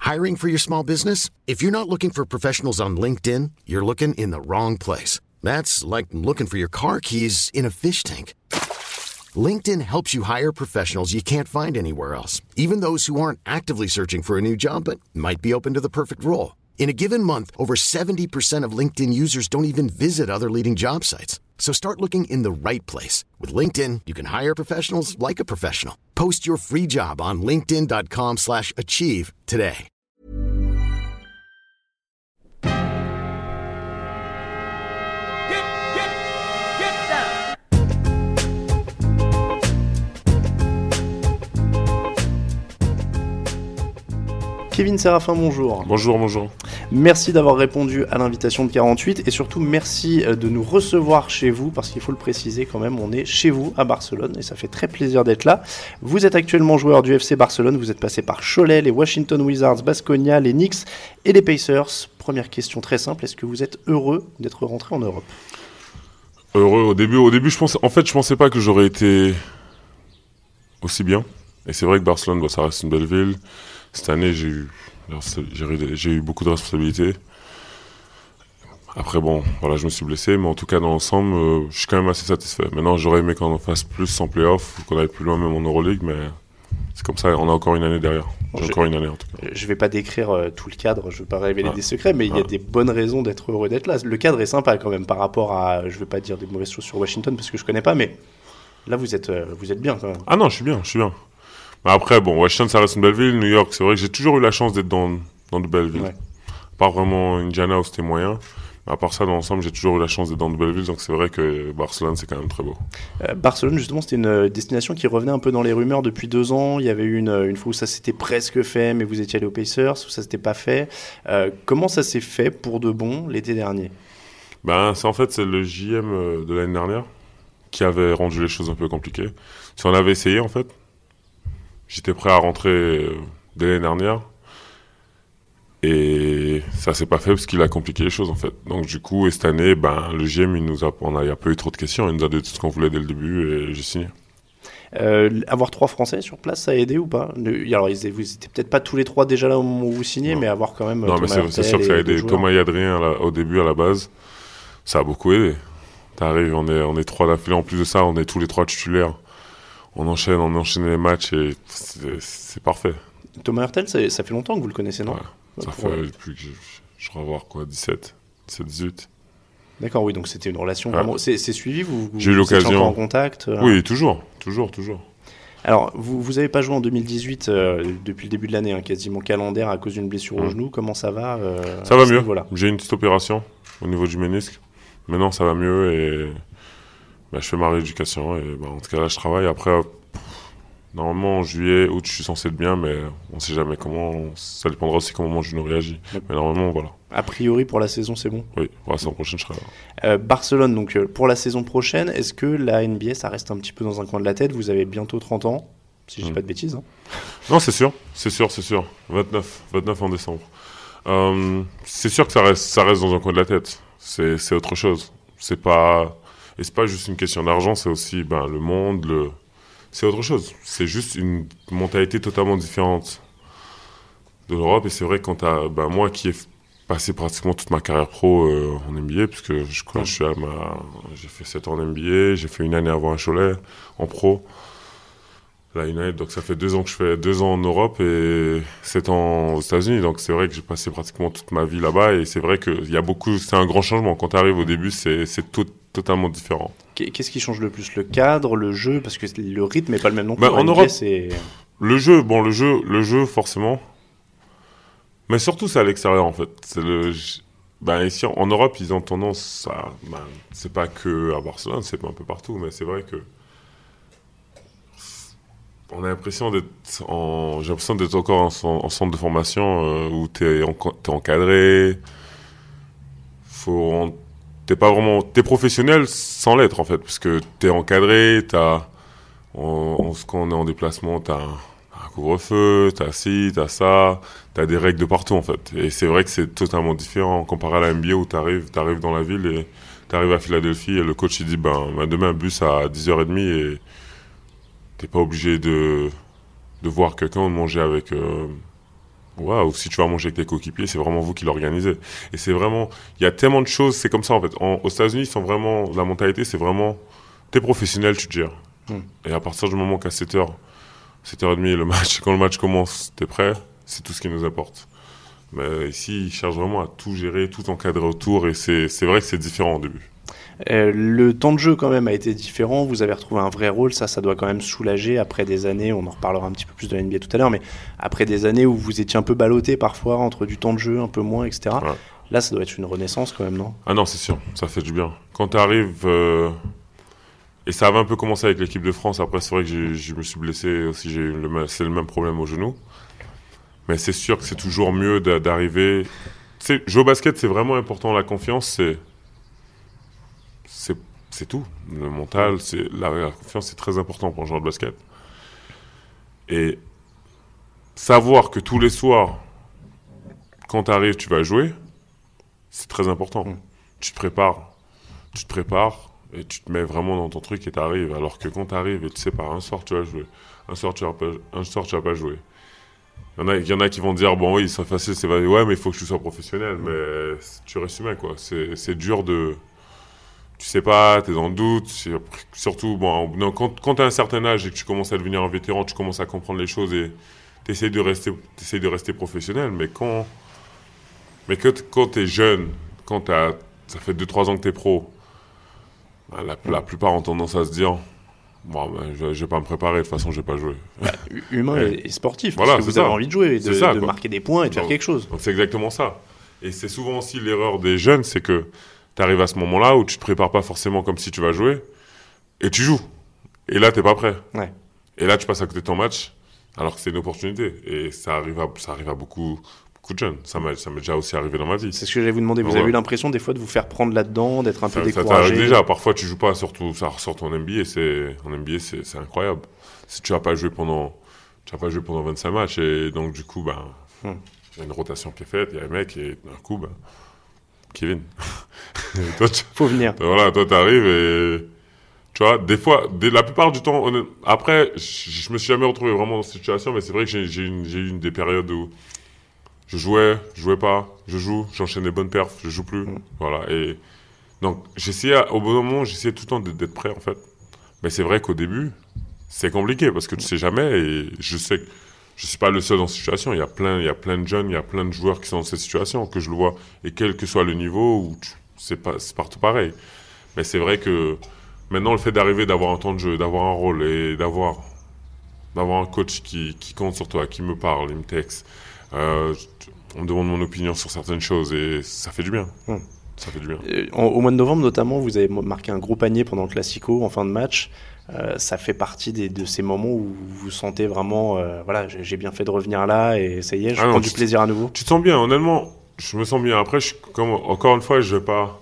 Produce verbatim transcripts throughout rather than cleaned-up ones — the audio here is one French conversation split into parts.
Hiring for your small business? If you're not looking for professionals on LinkedIn, you're looking in the wrong place. That's like looking for your car keys in a fish tank. LinkedIn helps you hire professionals you can't find anywhere else, even those who aren't actively searching for a new job but might be open to the perfect role. In a given month, over seventy percent of LinkedIn users don't even visit other leading job sites. So start looking in the right place. With LinkedIn, you can hire professionals like a professional. Post your free job on linkedin.com slash achieve today. Kevin Séraphin, bonjour. Bonjour, bonjour. Merci d'avoir répondu à l'invitation de quarante-huit et surtout merci de nous recevoir chez vous parce qu'il faut le préciser quand même, on est chez vous à Barcelone et ça fait très plaisir d'être là. Vous êtes actuellement joueur du F C Barcelone, vous êtes passé par Cholet, les Washington Wizards, Baskonia, les Knicks et les Pacers. Première question très simple, est-ce que vous êtes heureux d'être rentré en Europe ? Heureux au début, au début je pensais, en fait je pensais pas que j'aurais été aussi bien et c'est vrai que Barcelone, bah, ça reste une belle ville. Cette année, j'ai eu, j'ai, j'ai eu beaucoup de responsabilités. Après, bon, voilà, je me suis blessé, mais en tout cas, dans l'ensemble, euh, je suis quand même assez satisfait. Maintenant, j'aurais aimé qu'on en fasse plus en play-off, qu'on aille plus loin même en Euroleague, mais c'est comme ça, on a encore une année derrière. J'ai je, encore une année, en tout cas. Je vais pas décrire euh, tout le cadre, je vais pas révéler ah. des secrets, mais il ah. y a des bonnes raisons d'être heureux d'être là. Le cadre est sympa quand même par rapport à, je vais pas dire des mauvaises choses sur Washington parce que je connais pas, mais là, vous êtes, euh, vous êtes bien quand même. Ah non, je suis bien, je suis bien. Mais après, bon, Washington, ça reste une belle ville. New York, c'est vrai que j'ai toujours eu la chance d'être dans, dans de belles villes. Ouais. Pas vraiment Indiana où c'était moyen. Mais à part ça, dans l'ensemble, j'ai toujours eu la chance d'être dans de belles villes. Donc c'est vrai que Barcelone, c'est quand même très beau. Euh, Barcelone, justement, c'était une destination qui revenait un peu dans les rumeurs depuis deux ans. Il y avait eu une, une fois où ça s'était presque fait, mais vous étiez allé aux Pacers, où ça s'était pas fait. Euh, comment ça s'est fait pour de bon l'été dernier ? Ben, c'est en fait, c'est le J M de l'année dernière qui avait rendu les choses un peu compliquées. Si on avait essayé, en fait, j'étais prêt à rentrer dès l'année dernière et ça s'est pas fait parce qu'il a compliqué les choses en fait. Donc du coup, et cette année, ben le G M il nous a, on a, il y a pas eu trop de questions, il nous a dit tout ce qu'on voulait dès le début et j'ai signé. Euh, avoir trois Français sur place, ça a aidé ou pas ? Alors ils étaient, vous étiez peut-être pas tous les trois déjà là au moment où vous signez, non. mais avoir quand même. Non, Thomas mais c'est, c'est sûr que ça a aidé. Thomas et Adrien là, au début à la base, ça a beaucoup aidé. T'arrives, on est, on est trois d'affilée. En plus de ça, on est tous les trois titulaires. On enchaîne, on enchaîne les matchs et c'est, c'est parfait. Thomas Hurtel, ça, ça fait longtemps que vous le connaissez, non ? Ouais, ça fait ouais. depuis que je, je dois avoir quoi, dix-sept, dix-sept, dix-huit. D'accord, oui, donc c'était une relation ouais. vraiment... C'est, c'est suivi, vous, vous J'ai eu l'occasion. Vous êtes encore en contact euh... Oui, toujours, toujours, toujours. Alors, vous vous avez pas joué en deux mille dix-huit euh, depuis le début de l'année, hein, quasiment calendaire à cause d'une blessure mmh. au genou. Comment ça va euh, Ça va mieux. Voilà. J'ai une petite opération au niveau du ménisque. Maintenant, ça va mieux et bah, je fais ma rééducation et bah, en tout cas là, je travaille. Après, pff, normalement en juillet, août, je suis censé être bien, mais on sait jamais comment. Ça dépendra aussi comment mon genou réagit. Mmh. Mais normalement, voilà. A priori, pour la saison, c'est bon ? Oui, pour la saison prochaine, je serai là. Euh, Barcelone, donc euh, pour la saison prochaine, est-ce que la N B A, ça reste un petit peu dans un coin de la tête ? Vous avez bientôt trente ans, si je dis mmh. pas de bêtises. Hein. Non, c'est sûr, c'est sûr, c'est sûr. vingt-neuf, vingt-neuf en décembre. Euh, c'est sûr que ça reste, ça reste dans un coin de la tête. C'est, c'est autre chose. C'est pas, et c'est pas juste une question d'argent, c'est aussi ben, le monde, le... c'est autre chose. C'est juste une mentalité totalement différente de l'Europe. Et c'est vrai que quand t'as, ben, moi qui ai passé pratiquement toute ma carrière pro euh, en N B A, puisque je, quand je suis à ma, j'ai fait sept ans en N B A, j'ai fait une année avant à Cholet en pro. Là, United, donc ça fait deux ans que je fais deux ans en Europe et sept ans aux États-Unis. Donc c'est vrai que j'ai passé pratiquement toute ma vie là-bas et c'est vrai qu'il y a beaucoup, c'est un grand changement. Quand tu arrives au début, c'est, c'est tout, totalement différent. Qu'est-ce qui change le plus ? Le cadre, le jeu ? Parce que le rythme n'est pas le même non plus. Ben, en Europe, c'est... le jeu, bon, le jeu, le jeu forcément. Mais surtout, c'est à l'extérieur en fait. C'est le, ben ici en Europe, ils ont tendance à, ben, c'est pas que à Barcelone, c'est un peu partout, mais c'est vrai que on a l'impression d'être en, j'ai l'impression d'être encore en, en centre de formation euh, où t'es, en, t'es encadré. Faut, t'es pas vraiment, t'es professionnel sans l'être en fait, parce que t'es encadré, t'as, on, on, quand on est en déplacement, t'as un couvre-feu, t'as ci, t'as ça, t'as des règles de partout en fait. Et c'est vrai que c'est totalement différent comparé à la N B A où t'arrives, t'arrives dans la ville et t'arrives à Philadelphie et le coach il dit ben, ben demain bus à dix heures trente et t'es pas obligé de, de voir quelqu'un ou de manger avec, euh, Ouais, ou si tu vas manger avec tes coéquipiers, c'est vraiment vous qui l'organisez. Et c'est vraiment, il y a tellement de choses, c'est comme ça en fait. En, aux États-Unis, ils sont vraiment, la mentalité, c'est vraiment, t'es professionnel, tu te gères. Mm. Et à partir du moment qu'à sept heures, sept heures trente, le match, quand le match commence, t'es prêt, c'est tout ce qui nous importe. Mais ici, ils cherchent vraiment à tout gérer, tout encadrer autour, et c'est, c'est vrai que c'est différent au début. Euh, le temps de jeu quand même a été différent, vous avez retrouvé un vrai rôle, ça, ça doit quand même soulager après des années, on en reparlera un petit peu plus de la N B A tout à l'heure, mais après des années où vous étiez un peu ballotté parfois entre du temps de jeu, un peu moins, et cetera. Ouais. Là, ça doit être une renaissance quand même, non ? Ah non, c'est sûr, ça fait du bien. Quand tu arrives, euh... et ça avait un peu commencé avec l'équipe de France, après c'est vrai que j'ai, je me suis blessé aussi, j'ai eu le, c'est le même problème au genou. Mais c'est sûr que c'est toujours mieux d'arriver. Tu sais, jouer au basket, c'est vraiment important. La confiance, c'est, c'est, c'est tout. Le mental, c'est la, la confiance, c'est très important pour un joueur de basket. Et savoir que tous les soirs, quand tu arrives, tu vas jouer, c'est très important. Mmh. Tu te prépares, tu te prépares et tu te mets vraiment dans ton truc et tu arrives. Alors que quand tu arrives et tu sais pas, un soir tu vas jouer, un soir tu vas pas, un soir tu vas pas jouer. Il y en a, il y en a qui vont dire, bon oui, c'est facile, c'est vrai, ouais, mais il faut que tu sois professionnel. Mais tu restes humain, quoi. C'est, c'est dur de... Tu sais pas, t'es dans le doute. Surtout, bon, non, quand, quand t'as un certain âge et que tu commences à devenir un vétéran, tu commences à comprendre les choses et t'essayes de rester, t'essayes de rester professionnel. Mais quand... Mais que, quand t'es jeune, quand t'as... Ça fait deux trois ans que t'es pro, la, la plupart ont tendance à se dire... Bon, ben, je, je vais pas me préparer, de toute façon, je vais pas jouer. Bah, humain et, et sportif, voilà, parce que vous ça. avez envie de jouer, de, ça, de marquer des points et de donc, faire quelque chose. Donc c'est exactement ça. Et c'est souvent aussi l'erreur des jeunes, c'est que tu arrives à ce moment-là où tu te prépares pas forcément comme si tu vas jouer, et tu joues. Et là, t'es pas prêt. Ouais. Et là, tu passes à côté de ton match, alors que c'est une opportunité. Et ça arrive à, ça arrive à beaucoup... de jeunes. Ça m'est, ça m'est déjà aussi arrivé dans ma vie. C'est ce que j'allais vous demander. Vous ouais. avez eu l'impression des fois de vous faire prendre là-dedans, d'être un ça, peu découragé. Ça t'arrive déjà. Parfois, tu joues pas, surtout ça ressort en N B A. C'est, en N B A, c'est, c'est incroyable. Si tu vas pas jouer pendant, tu vas pas jouer pendant vingt-cinq matchs et donc du coup, ben, il hmm. y a une rotation qui est faite, il y a un mec et d'un coup, ben, Kevin. toi, tu, faut venir. Voilà, toi t'arrives et tu vois, des fois, des, la plupart du temps, on, après, je, je me suis jamais retrouvé vraiment dans cette situation, mais c'est vrai que j'ai, j'ai, une, j'ai eu une des périodes où je jouais, je jouais pas, je joue, j'enchaîne des bonnes perfs, je joue plus, mmh. voilà. Et donc j'essayais, au bon moment, j'essayais tout le temps d'être, d'être prêt en fait. Mais c'est vrai qu'au début, c'est compliqué parce que tu sais jamais. Et je sais que je suis pas le seul dans cette situation. Il y a plein, il y a plein de jeunes, il y a plein de joueurs qui sont dans cette situation que je le vois. Et quel que soit le niveau, où tu, c'est pas, c'est partout pareil. Mais c'est vrai que maintenant le fait d'arriver, d'avoir un temps de jeu, d'avoir un rôle et d'avoir, d'avoir un coach qui, qui compte sur toi, qui me parle, il me texte. Euh, on me demande mon opinion sur certaines choses et ça fait du bien. Mmh. Ça fait du bien. Euh, au mois de novembre notamment, vous avez marqué un gros panier pendant le Classico en fin de match. Euh, ça fait partie des, de ces moments où vous vous sentez vraiment, euh, voilà, j'ai, j'ai bien fait de revenir là et ça y est, je ah prends non, du plaisir à nouveau. Tu te sens bien, honnêtement. Je me sens bien. Après, je, comme, encore une fois, je vais pas,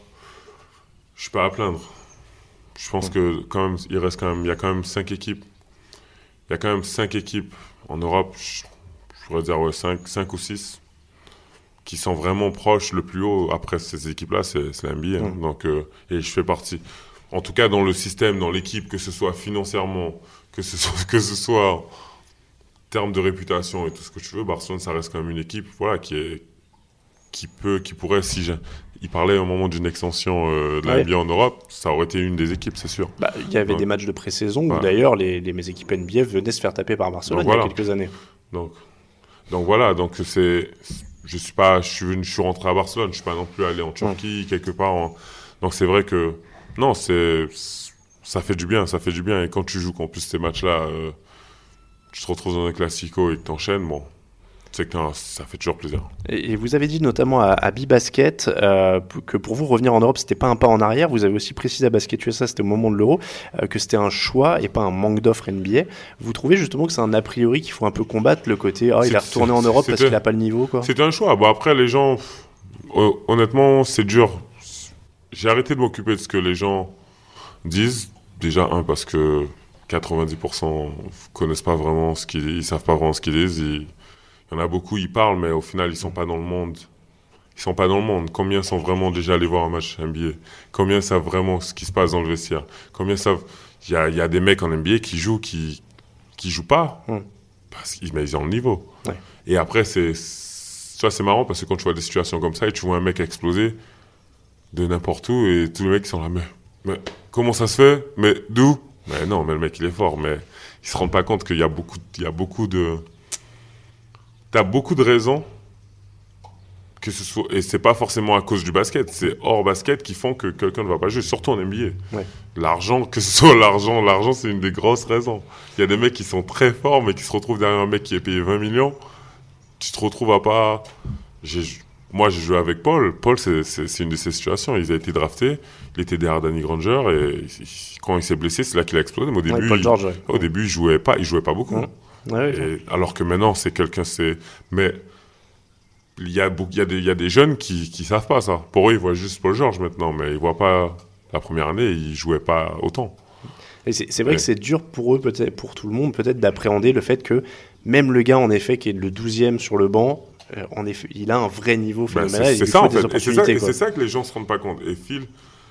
je suis pas à plaindre. Je pense mmh. que quand même, il reste quand même, il y a quand même cinq équipes. Il y a quand même cinq équipes en Europe. Je, Je pourrais dire ouais, cinq ou six qui sont vraiment proches le plus haut. Après, ces équipes-là, c'est, c'est la N B A. Hein. Mmh. Donc, euh, et je fais partie. En tout cas, dans le système, dans l'équipe, que ce soit financièrement, que ce soit, que ce soit en termes de réputation et tout ce que tu veux, Barcelone, ça reste quand même une équipe voilà, qui, est, qui, peut, qui pourrait, si j'ai... Il parlait au moment d'une extension euh, de la ouais. N B A en Europe, ça aurait été une des équipes, c'est sûr. Bah, il y avait ouais. des matchs de pré-saison où ouais. d'ailleurs les, les, mes équipes N B A venaient se faire taper par Barcelone donc, il y a voilà. quelques années. Donc, Donc voilà, donc c'est, je suis pas, je suis venu, je suis rentré à Barcelone, je suis pas non plus allé en Turquie mmh. quelque part. En, donc c'est vrai que non, c'est, ça fait du bien, ça fait du bien. Et quand tu joues, qu'en plus ces matchs-là, euh, tu te retrouves dans un classico et que t'enchaînes, bon, c'est que non, ça fait toujours plaisir. Et, et vous avez dit notamment à, à B-Basket euh, que pour vous revenir en Europe, c'était pas un pas en arrière. Vous avez aussi précisé à Basket U S A, c'était au moment de l'Euro, euh, que c'était un choix et pas un manque d'offres N B A. Vous trouvez justement que c'est un a priori qu'il faut un peu combattre, le côté oh, il est retourné en Europe parce qu'il a pas le niveau quoi. C'était un choix. Bon après les gens, honnêtement c'est dur. J'ai arrêté de m'occuper de ce que les gens disent. Déjà un parce que quatre-vingt-dix pour cent connaissent pas vraiment ce qu'ils, ils savent pas vraiment ce qu'ils disent. Ils, Il y en a beaucoup, ils parlent, mais au final, ils sont pas dans le monde. Ils sont pas dans le monde. Combien sont vraiment déjà allés voir un match N B A? Combien savent vraiment ce qui se passe dans le vestiaire? Combien savent... Il y a, il y a des mecs en N B A qui jouent, qui, qui jouent pas. Mm. Parce qu'ils mais ils ont le niveau. Ouais. Et après, c'est, ça, c'est marrant parce que quand tu vois des situations comme ça et tu vois un mec exploser de n'importe où et tous les mecs qui sont là, mais, mais comment ça se fait? Mais d'où? Mais non, mais le mec, il est fort, mais ils se rendent pas compte qu'il y a beaucoup, il y a beaucoup de, t'as beaucoup de raisons que ce soit, et c'est pas forcément à cause du basket, c'est hors basket qui font que quelqu'un ne va pas jouer, surtout en N B A. Ouais. L'argent, que ce soit l'argent, l'argent, c'est une des grosses raisons. Il y a des mecs qui sont très forts, mais qui se retrouvent derrière un mec qui est payé vingt millions. Tu te retrouves à pas, j'ai, moi, j'ai joué avec Paul. Paul, c'est, c'est, c'est une de ces situations. Il a été drafté. Il était derrière Danny Granger et il, quand il s'est blessé, c'est là qu'il a explosé. Mais au début, ouais, Paul George, ouais. il, au début, il jouait pas. Il jouait pas beaucoup. Ouais. Ouais, et, alors que maintenant, c'est quelqu'un. C'est. Mais il y a, il y a des, il y a des jeunes qui, qui savent pas ça. Pour eux, ils voient juste Paul George maintenant, mais ils voient pas la première année. Il jouait pas autant. Et c'est, c'est vrai ouais. que c'est dur pour eux, peut-être, pour tout le monde, peut-être d'appréhender le fait que même le gars, en effet, qui est le douzième sur le banc. Euh, en effet, il a un vrai niveau phénoménal. Ben c'est, c'est ça en fait, et c'est ça, et c'est ça que les gens se rendent pas compte. Et Phil,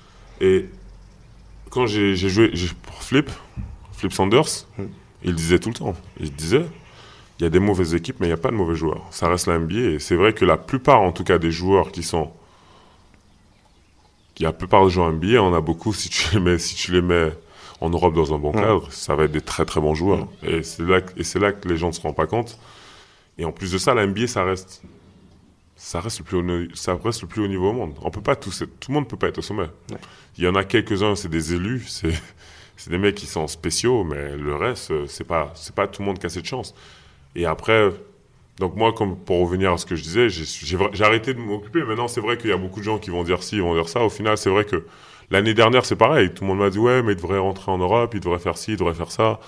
et quand j'ai, j'ai joué j'ai, pour Flip, Flip Sanders, hmm. il disait tout le temps, il disait, il y a des mauvaises équipes, mais il n'y a pas de mauvais joueurs. Ça reste la N B A. Et c'est vrai que la plupart, en tout cas, des joueurs qui sont, il y a la plupart des joueurs N B A, on a beaucoup. Si tu les mets, si tu les mets en Europe dans un bon cadre, hmm. ça va être des très très bons joueurs. Hmm. Et c'est là, et c'est là que les gens ne se rendent pas compte. Et en plus de ça, la N B A, ça reste, ça reste le plus haut, ça reste le plus haut niveau au monde. On peut pas tous, tout le monde peut pas être au sommet. Ouais. Il y en a quelques-uns, c'est des élus, c'est, c'est des mecs qui sont spéciaux, mais le reste, c'est pas, c'est pas tout le monde qui a cette chance. Et après, donc moi, comme pour revenir à ce que je disais, j'ai, j'ai, j'ai arrêté de m'occuper. Maintenant, c'est vrai qu'il y a beaucoup de gens qui vont dire ci, ils vont dire ça. Au final, c'est vrai que l'année dernière, c'est pareil. Tout le monde m'a dit ouais, mais il devrait rentrer en Europe, il devrait faire ci, il devrait faire ça.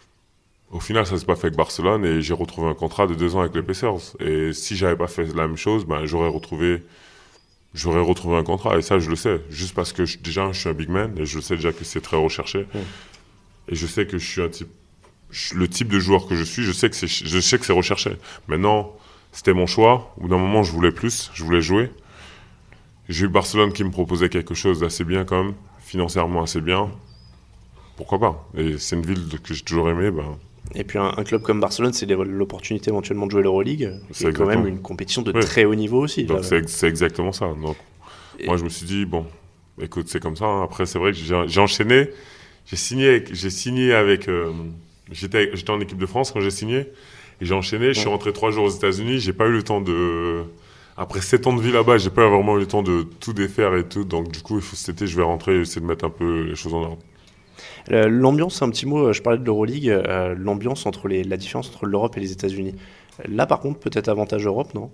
Au final, ça s'est pas fait avec Barcelone et j'ai retrouvé un contrat de deux ans avec les Pacers. Et si j'avais pas fait la même chose, ben j'aurais retrouvé, j'aurais retrouvé un contrat. Et ça, je le sais, juste parce que je, déjà, je suis un big man et je sais déjà que c'est très recherché. Mmh. Et je sais que je suis un type, je, le type de joueur que je suis, je sais que c'est, je sais que c'est recherché. Maintenant, c'était mon choix. Au bout d'un moment, je voulais plus, je voulais jouer. J'ai eu Barcelone qui me proposait quelque chose d'assez bien quand même, financièrement assez bien. Pourquoi pas? Et c'est une ville que j'ai toujours aimée, ben. Et puis un, un club comme Barcelone, c'est l'opportunité éventuellement de jouer l'Euroleague. C'est, c'est quand même une compétition de oui. très haut niveau aussi. Donc c'est, c'est exactement ça. Donc et moi je me suis dit bon, écoute c'est comme ça. Hein. Après c'est vrai que j'ai, j'ai enchaîné, j'ai signé, j'ai signé avec, euh, j'étais, j'étais en équipe de France quand j'ai signé et j'ai enchaîné. Je ouais. suis rentré trois jours aux États-Unis. J'ai pas eu le temps de, après sept ans de vie là-bas, j'ai pas vraiment eu le temps de tout défaire et tout. Donc du coup il faut, cet été je vais rentrer et essayer de mettre un peu les choses en ordre. Euh, l'ambiance, un petit mot, je parlais de l'Euroleague, euh, l'ambiance entre les, la différence entre l'Europe et les États-Unis. Là, par contre, peut-être avantage Europe, non?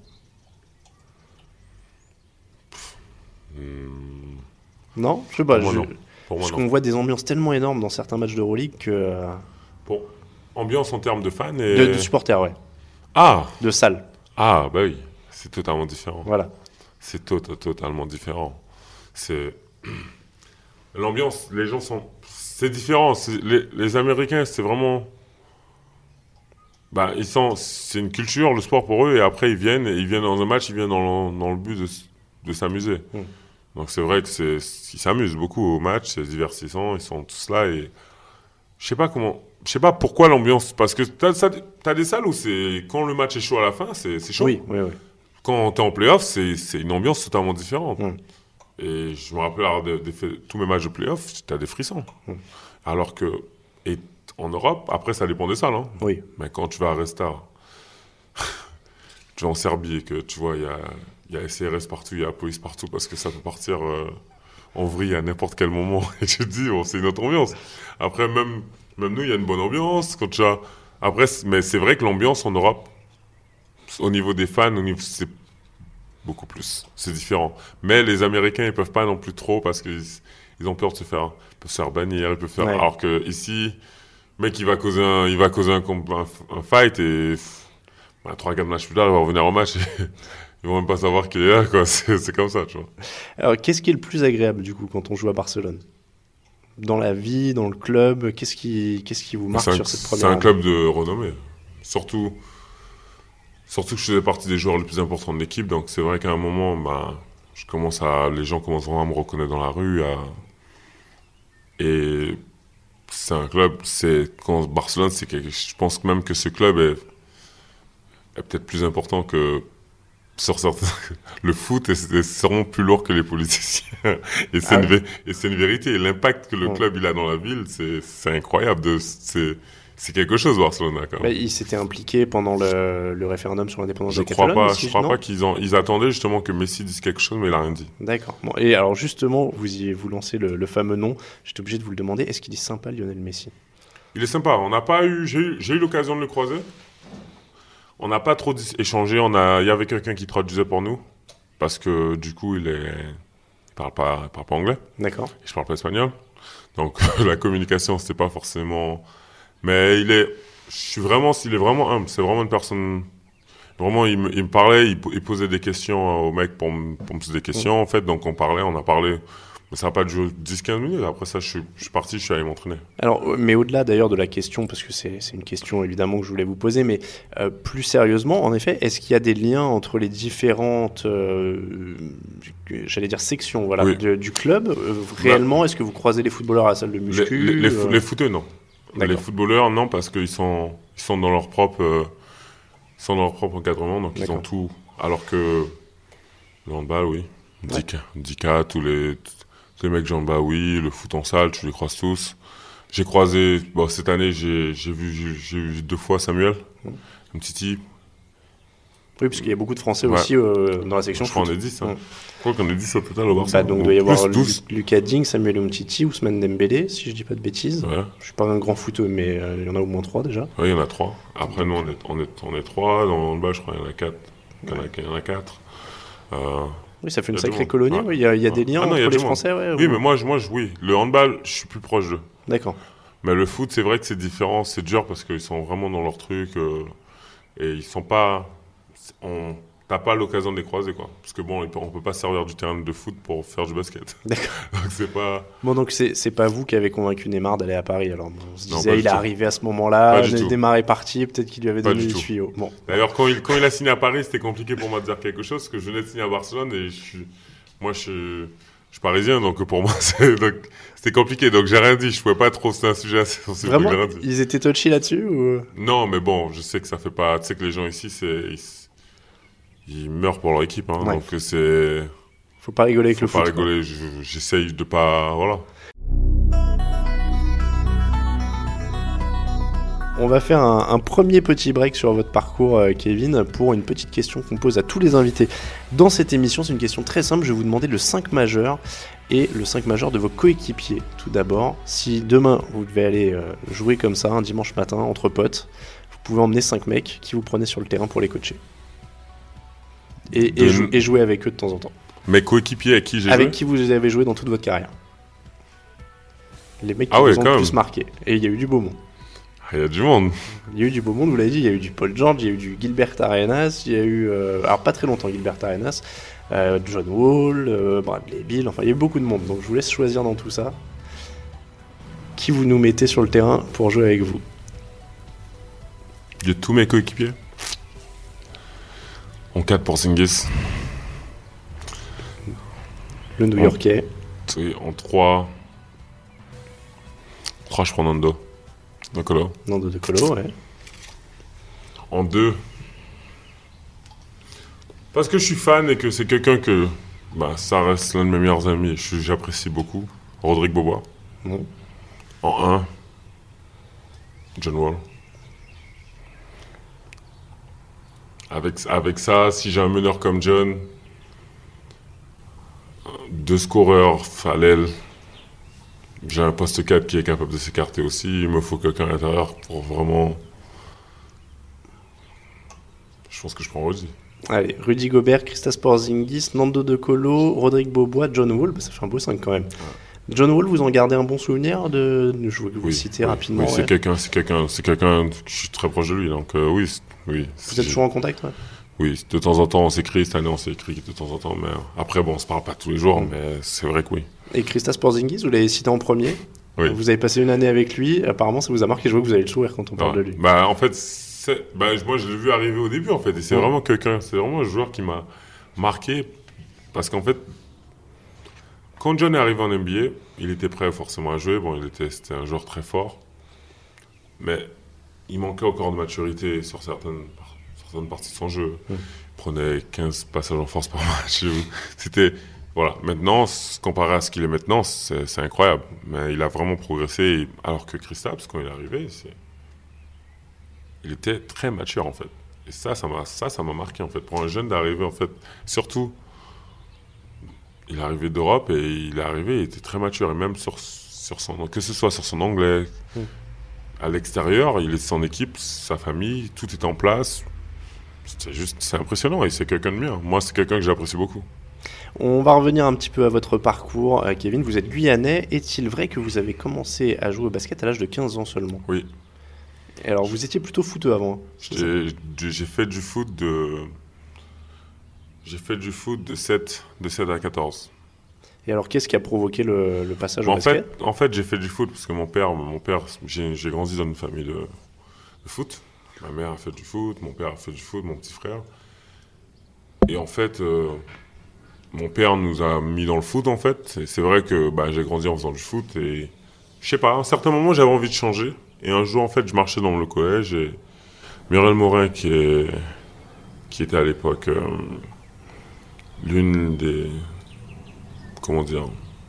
mmh. Non, je sais pas. Pour je, moi, non. Pour moi, parce qu'on voit des ambiances tellement énormes dans certains matchs d'Euroleague que. Euh... Bon, ambiance en termes de fans et. De, de supporters, ouais. Ah. De salles. Ah, bah oui, c'est totalement différent. Voilà. C'est to- totalement différent. C'est. L'ambiance, les gens sont... C'est différent. C'est... Les, les Américains, c'est vraiment... Bah, ils sont... C'est une culture, le sport pour eux, et après, ils viennent, ils viennent dans un match, ils viennent dans le, dans le but de, de s'amuser. Mm. Donc, c'est vrai que c'est... Ils s'amusent beaucoup au match, c'est divertissant, ils sont tous là, et... Je sais pas comment... Je sais pas pourquoi l'ambiance... Parce que t'as, ça, t'as des salles où c'est... Quand le match est chaud à la fin, c'est, c'est chaud. Oui, oui, oui. Quand t'es en play-off, c'est, c'est une ambiance totalement différente. Mm. Et je me rappelle avoir de, de, de, tous mes matchs de play-off, t'as des frissons. Mmh. Alors que, et en Europe, après ça dépend des salles. Hein. Oui. Mais quand tu vas à Resta, tu vas en Serbie et que tu vois, il y a, y a S C R S partout, il y a la police partout, parce que ça peut partir euh, en vrille à n'importe quel moment. Et tu te dis, bon, c'est une autre ambiance. Après, même, même nous, il y a une bonne ambiance. Quand tu as... Après, mais c'est vrai que l'ambiance en Europe, au niveau des fans, au niveau, c'est beaucoup plus, c'est différent. Mais les Américains, ils peuvent pas non plus trop parce qu'ils ils ont peur de se faire, ils peuvent se faire bannir, ils peuvent faire. Ouais. Alors que ici, le mec, il va causer un, il va causer un, un, un fight et bah, trois quatre matchs plus tard, il va revenir au match. Et ils vont même pas savoir qu'il est là, quoi. C'est, c'est comme ça, tu vois. Alors, qu'est-ce qui est le plus agréable du coup quand on joue à Barcelone? Dans la vie, dans le club, qu'est-ce qui, qu'est-ce qui vous marque un, sur cette première C'est un année? club de renommée, surtout. Surtout que je faisais partie des joueurs les plus importants de l'équipe, donc c'est vrai qu'à un moment, bah, je commence à, les gens commencent vraiment à me reconnaître dans la rue. À... Et c'est un club, c'est quand Barcelone, c'est quelque... je pense même que ce club est, est peut-être plus important que sur certains, le foot est, est sûrement plus lourd que les politiciens. Et c'est, Ah une, ouais. vé- et c'est une vérité. Et l'impact que le Ouais. club il a dans la ville, c'est, c'est incroyable. De, c'est, c'est quelque chose, Barcelone, quand Bah, même. il s'était impliqué pendant le, le référendum sur l'indépendance Je de la crois Catalogne pas, aussi, je crois non pas qu'ils en, ils attendaient justement que Messi dise quelque chose, mais il a rien dit. D'accord. Bon, et alors justement, vous y, vous lancez le, le fameux nom. J'étais obligé de vous le demander. Est-ce qu'il est sympa, Lionel Messi? Il est sympa. On n'a pas eu, j'ai eu, j'ai eu l'occasion de le croiser. On n'a pas trop dis- échangé. On a, il y avait quelqu'un qui traduisait pour nous. Parce que du coup, il est, il parle pas, il parle pas anglais. D'accord. Et je parle pas espagnol. Donc, la communication, c'était pas forcément, mais il est, je suis vraiment, il est vraiment humble. C'est vraiment une personne, vraiment, il me, il me parlait, il, po- il posait des questions au mec pour me, pour me poser des questions, en fait. Donc, on parlait, on a parlé. Mais ça n'a pas duré dix quinze minutes. Après ça, je suis, je suis parti, je suis allé m'entraîner. Alors, euh, mais au-delà d'ailleurs de la question, parce que c'est c'est une question évidemment que je voulais vous poser, mais euh, plus sérieusement, en effet, est-ce qu'il y a des liens entre les différentes, euh, j'allais dire sections, voilà, Oui. de- du club euh, réellement? Est-ce que vous croisez les footballeurs à la salle de Les, muscu? les, les, fo- euh, les footeux, non. D'accord. Les footballeurs, non, parce qu'ils sont, ils sont dans leur propre, euh, ils sont dans leur propre encadrement, donc ils D'accord. ont tout. Alors que le handball, oui. dix K, dix K, tous les, tous les mecs qui handball, oui. Le foot en salle, tu les croises tous. J'ai croisé, bon, cette année, j'ai, j'ai vu, j'ai, j'ai vu deux fois Samuel, un petit type. Oui, parce qu'il y a beaucoup de Français Ouais. aussi euh, dans la section Je crois foot. qu'on est dix, hein. Ouais. Je crois qu'on est dix au total au Barça. Bah, donc il Ou doit y avoir plus, Lu- douze. Lucas Digne, Samuel Umtiti, Ousmane Dembélé, si je dis pas de bêtises. Ouais. Je suis pas un grand footeux, mais euh, il y en a au moins trois déjà. Oui, il y en a trois. Après, nous, on est, on est, on est trois. Dans le handball, je crois qu'il y en a quatre. Il y en a, il y en a quatre. Euh, Oui, ça fait une Il y a du sacrée monde. colonie. Ouais. oui. Il y a, il y a Ouais. des liens Ah non, il y a entre les du monde. Français. Ouais, oui, ou- mais moi, je, moi je, oui. Le handball, je suis plus proche d'eux. D'accord. Mais le foot, c'est vrai que c'est différent. C'est dur parce qu'ils sont vraiment dans leur truc. euh, et ils sont pas. On, t'as pas l'occasion de les croiser, quoi. Parce que bon, on peut- on peut pas servir du terrain de foot pour faire du basket. D'accord. Donc, c'est pas. Bon, donc c'est c'est pas vous qui avez convaincu Neymar d'aller à Paris. Alors, bon, on se Non, disait, pas il du est tout. arrivé à ce moment-là, Pas du tout. Neymar est parti, peut-être qu'il lui avait Pas donné du les tout. tuyaux. Bon. D'ailleurs, quand il, quand il a signé à Paris, c'était compliqué pour moi de dire quelque chose parce que je venais de signer à Barcelone et je suis, moi, je suis, je suis parisien, donc pour moi, c'est, donc, c'était compliqué. Donc, j'ai rien dit. Je pouvais pas trop, c'était un sujet assez sensible. Vraiment, donc j'ai rien dit. ils étaient touchy là-dessus ou... Non, mais bon, je sais que ça fait pas. Tu sais que les gens ici, c'est. Ils, ils meurent pour leur équipe, hein, Ouais. donc c'est. Faut pas rigoler avec Faut le pas foot. quoi. rigoler, je- j'essaye de pas. Voilà. On va faire un, un premier petit break sur votre parcours, euh, Kevin, pour une petite question qu'on pose à tous les invités dans cette émission. C'est une question très simple. Je vais vous demander le cinq majeur et le cinq majeur de vos coéquipiers. Tout d'abord, si demain vous devez aller euh, jouer comme ça un dimanche matin entre potes, vous pouvez emmener cinq mecs qui vous prenez sur le terrain pour les coacher. Et, et, De- jou- et jouer avec eux de temps en temps. Mes coéquipiers avec qui j'ai Avec joué. qui vous avez joué dans toute votre carrière. Les mecs qui Ah ouais, vous ont quand le même. plus marqué. Et il y a eu du beau monde. Il y a du monde. Il y a eu du beau monde, vous l'avez dit, il y a eu du Paul George, il y a eu du Gilbert Arenas, il y a eu, euh, alors pas très longtemps Gilbert Arenas, euh, John Wall, euh, Bradley Beal, enfin il y a eu beaucoup de monde, donc je vous laisse choisir dans tout ça qui vous nous mettez sur le terrain pour jouer avec vous. Il y a tous mes coéquipiers. En quatre pour Zingis. Le New-Yorkais, Oui, en trois. trois, je prends Nando. D'accord. Nando De Colo, ouais. En deux. Parce que je suis fan et que c'est quelqu'un que. Bah, ça reste l'un de mes meilleurs amis. Je- J'apprécie beaucoup. Rodrigue Bobois. Bon. En un. John Wall. Avec, avec ça, si j'ai un meneur comme John, deux scoreurs à l'aile, j'ai un poste quatre qui est capable de s'écarter aussi, il me faut quelqu'un à l'intérieur pour vraiment... Je pense que je prends Rudy. Allez, Rudy Gobert, Kristaps Porzingis, Nando De Colo, Rodrigue Bobois, John Wall, bah, ça fait un beau cinq quand même. John Wall, vous en gardez un bon souvenir de, je veux que vous le citez oui, rapidement. Oui, c'est ouais. quelqu'un, c'est quelqu'un, c'est quelqu'un, je suis très proche de lui, donc euh, oui, c'est- oui. Vous êtes toujours en contact, ouais. Oui, de temps en temps on s'écrit, cette année on s'est écrit de temps en temps, mais après bon, on se parle pas tous les jours, Mm. mais c'est vrai que oui. Et Kristaps Porzingis, vous l'avez cité en premier. Oui. Vous avez passé une année avec lui. Apparemment, ça vous a marqué. Je vois que vous avez le sourire quand on parle Ouais. de lui. Bah en fait, c'est- bah, moi je l'ai vu arriver au début en fait, et c'est Ouais. vraiment quelqu'un, c'est vraiment un joueur qui m'a marqué, parce qu'en fait, quand John est arrivé en N B A, il était prêt forcément à jouer, bon, il était, c'était un joueur très fort, mais il manquait encore de maturité sur certaines, sur certaines parties de son jeu. Ouais. Il prenait quinze passages en force par match. C'était, voilà. Maintenant, comparé à ce qu'il est maintenant, c'est, c'est incroyable. Mais il a vraiment progressé. Alors que Kristaps, quand il est arrivé, c'est... il était très mature, en fait. Et ça, ça m'a, ça, ça m'a marqué, en fait. Pour un jeune d'arriver, en fait, surtout, il est arrivé d'Europe et il est arrivé, il était très mature. Et même sur, sur son, que ce soit sur son anglais, mmh. à l'extérieur, il est son équipe, sa famille, tout est en place. C'est juste, c'est impressionnant et c'est quelqu'un de bien. Moi, c'est quelqu'un que j'apprécie beaucoup. On va revenir un petit peu à votre parcours, euh, Kevin. Vous êtes guyanais. Est-il vrai que vous avez commencé à jouer au basket à l'âge de quinze ans seulement ? Oui. Et alors, vous étiez plutôt footeux avant. J'ai, j'ai fait du foot de... J'ai fait du foot de sept, de sept à quatorze. Et alors, qu'est-ce qui a provoqué le, le passage bon, au basket ? En fait, en fait, j'ai fait du foot parce que mon père, mon père j'ai, j'ai grandi dans une famille de, de foot. Ma mère a fait du foot, mon père a fait du foot, mon petit frère. Et en fait, euh, mon père nous a mis dans le foot, en fait. Et c'est vrai que bah, j'ai grandi en faisant du foot. Et je sais pas, à un certain moment, j'avais envie de changer. Et un jour, en fait, je marchais dans le collège et Muriel Morin, qui, est, qui était à l'époque euh, l'une des... Comment dire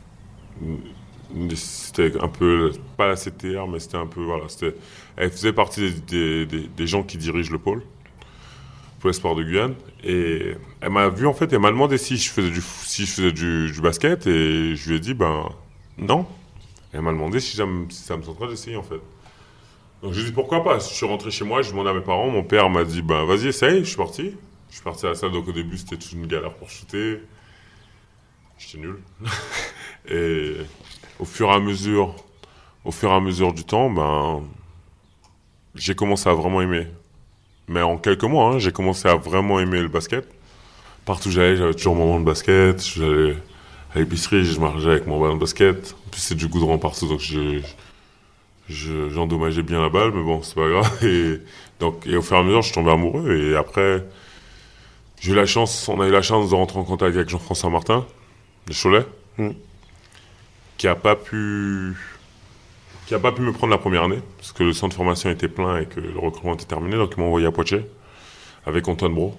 c'était un peu, pas la C T R, mais c'était un peu, voilà, c'était, elle faisait partie des, des, des, des gens qui dirigent le pôle, pour les sports de Guyane, et elle m'a vu, en fait, elle m'a demandé si je faisais du, si je faisais du, du basket, et je lui ai dit, ben, non. Elle m'a demandé si, si ça me tenterait d'essayer, en fait. Donc, je lui ai dit, pourquoi pas. Je suis rentré chez moi, je demandais à mes parents, mon père m'a dit, ben, vas-y, essaye, je suis parti. Je suis parti à la salle, donc au début, c'était toute une galère pour shooter. J'étais nul. Et au fur et à mesure, au fur et à mesure du temps, ben, j'ai commencé à vraiment aimer. Mais en quelques mois, hein, j'ai commencé à vraiment aimer le basket. Partout où j'allais, j'avais toujours mon ballon de basket. J'allais à l'épicerie, je marchais avec mon ballon de basket. En plus, c'est du goudron partout, donc je, je, j'endommageais bien la balle, mais bon, c'est pas grave. Et, donc, et au fur et à mesure, je tombais amoureux. Et après, j'ai eu la chance, on a eu la chance de rentrer en contact avec Jean-François Martin, de Cholet, mmh. qui a pas pu, qui a pas pu me prendre la première année parce que le centre de formation était plein et que le recrutement était terminé, donc il m'a envoyé à Poitiers avec Antoine Brault.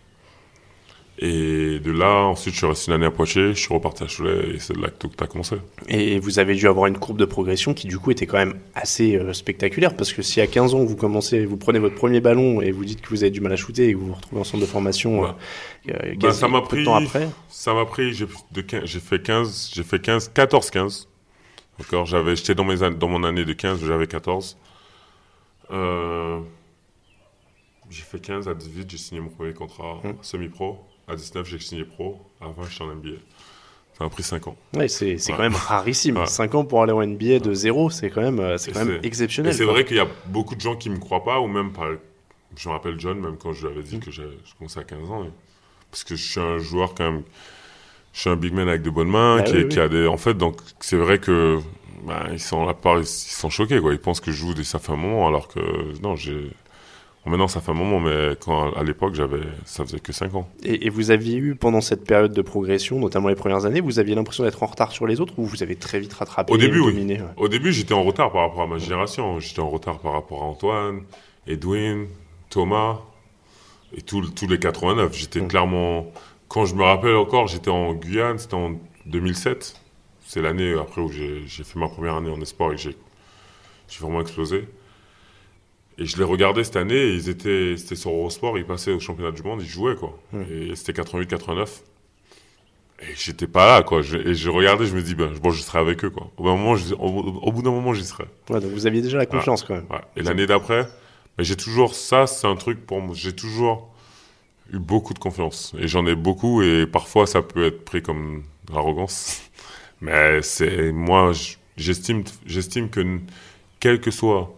Et de là, ensuite, je suis resté une année à Poitiers, je suis reparti à Cholet et c'est de là que tout a commencé. Et vous avez dû avoir une courbe de progression qui, du coup, était quand même assez euh, spectaculaire parce que si à quinze ans, vous commencez, vous prenez votre premier ballon et vous dites que vous avez du mal à shooter et que vous vous retrouvez en centre de formation ouais. euh, bah, ça m'a peu pris, de temps après. Ça m'a pris, j'ai, de quinze, j'ai fait quinze, j'ai fait quinze, quatorze quinze. D'accord, j'avais, j'étais dans, mes, dans mon année de quinze, j'avais quatorze. Euh, j'ai fait quinze, à dix-huit, j'ai signé mon premier contrat hum. semi-pro. À dix-neuf, j'ai signé pro. À vingt, j'étais en N B A. Ça m'a pris cinq ans. Ouais, c'est, c'est ouais. quand même rarissime. Ouais. cinq ans pour aller en N B A de zéro, c'est quand même, c'est quand même c'est, exceptionnel. Et c'est quoi. vrai qu'il y a beaucoup de gens qui ne me croient pas, ou même par. Je me rappelle John, même quand je lui avais dit mmh. que je commençais à quinze ans. Et... Parce que je suis un joueur quand même. Je suis un big man avec de bonnes mains, bah, qui, oui, qui oui. a des. En fait, donc c'est vrai que. Bah, ils sont, à part, ils sont choqués, quoi. Ils pensent que je joue, ça fait un moment, alors que. Non, j'ai. Maintenant, ça fait un moment, mais quand, à l'époque, j'avais, ça faisait que cinq ans. Et, et vous aviez eu, pendant cette période de progression, notamment les premières années, vous aviez l'impression d'être en retard sur les autres ou vous avez très vite rattrapé ? Au début, oui. dominé, ouais. Au début, j'étais en retard par rapport à ma génération. J'étais en retard par rapport à Antoine, Edwin, Thomas et tous les quatre-vingt-neuf. J'étais mmh. clairement... Quand je me rappelle encore, j'étais en Guyane, c'était en deux mille sept. C'est l'année après où j'ai, j'ai fait ma première année en espoir et j'ai, j'ai vraiment explosé. Et je les regardais cette année, et ils étaient, c'était sur Eurosport, ils passaient au championnat du monde, ils jouaient, quoi. Mmh. Et c'était quatre-vingt-huit quatre-vingt-neuf. Et j'étais pas là, quoi. Je, et je regardais, je me dis, ben, bon, je serai avec eux, quoi. Au, moment, je, au, au bout d'un moment, j'y serai. Ouais, donc vous aviez déjà la confiance, ouais. quand même. Ouais. Et l'année d'après, ben, j'ai toujours, ça, c'est un truc pour moi, j'ai toujours eu beaucoup de confiance. Et j'en ai beaucoup, et parfois, ça peut être pris comme de l'arrogance. Mais c'est, moi, j'estime, j'estime que, quel que soit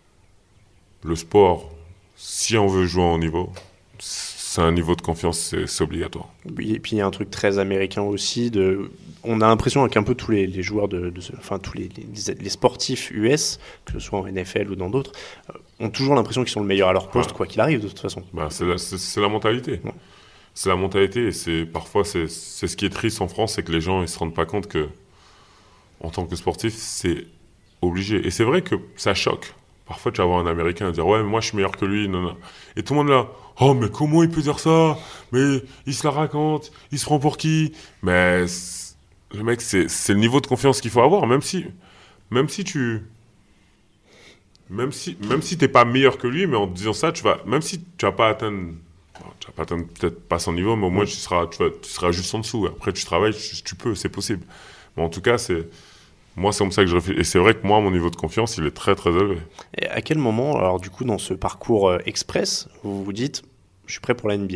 le sport, si on veut jouer à un niveau, c'est un niveau de confiance, c'est, c'est obligatoire. Et puis il y a un truc très américain aussi. De, on a l'impression qu'un peu tous les, les joueurs, de, de, enfin tous les, les, les sportifs U S, que ce soit en N F L ou dans d'autres, euh, ont toujours l'impression qu'ils sont le meilleur à leur poste, ouais. quoi qu'il arrive de toute façon. Bah, c'est, la, c'est, c'est la mentalité. Ouais. C'est la mentalité et c'est, parfois c'est, c'est ce qui est triste en France, c'est que les gens ne se rendent pas compte que en tant que sportif, c'est obligé. Et c'est vrai que ça choque. Parfois, tu vas voir un Américain dire « Ouais, mais moi, je suis meilleur que lui. » Non, non. Et tout le monde là « Oh, mais comment il peut dire ça? Mais il se la raconte. Il se prend pour qui? » Mais le mec, c'est, c'est le niveau de confiance qu'il faut avoir. Même si, même si tu... Même si, même si t'es pas meilleur que lui, mais en te disant ça, tu vas... Même si tu vas pas atteindre... Tu vas pas atteindre peut-être pas son niveau, mais au moins, tu seras, tu, vas, tu seras juste en dessous. Après, tu travailles, tu, tu peux, c'est possible. Mais en tout cas, c'est... Moi, c'est comme ça que je réfléchis. Et c'est vrai que moi, mon niveau de confiance, il est très, très élevé. Et à quel moment, alors du coup, dans ce parcours euh, express, vous vous dites, je suis prêt pour la N B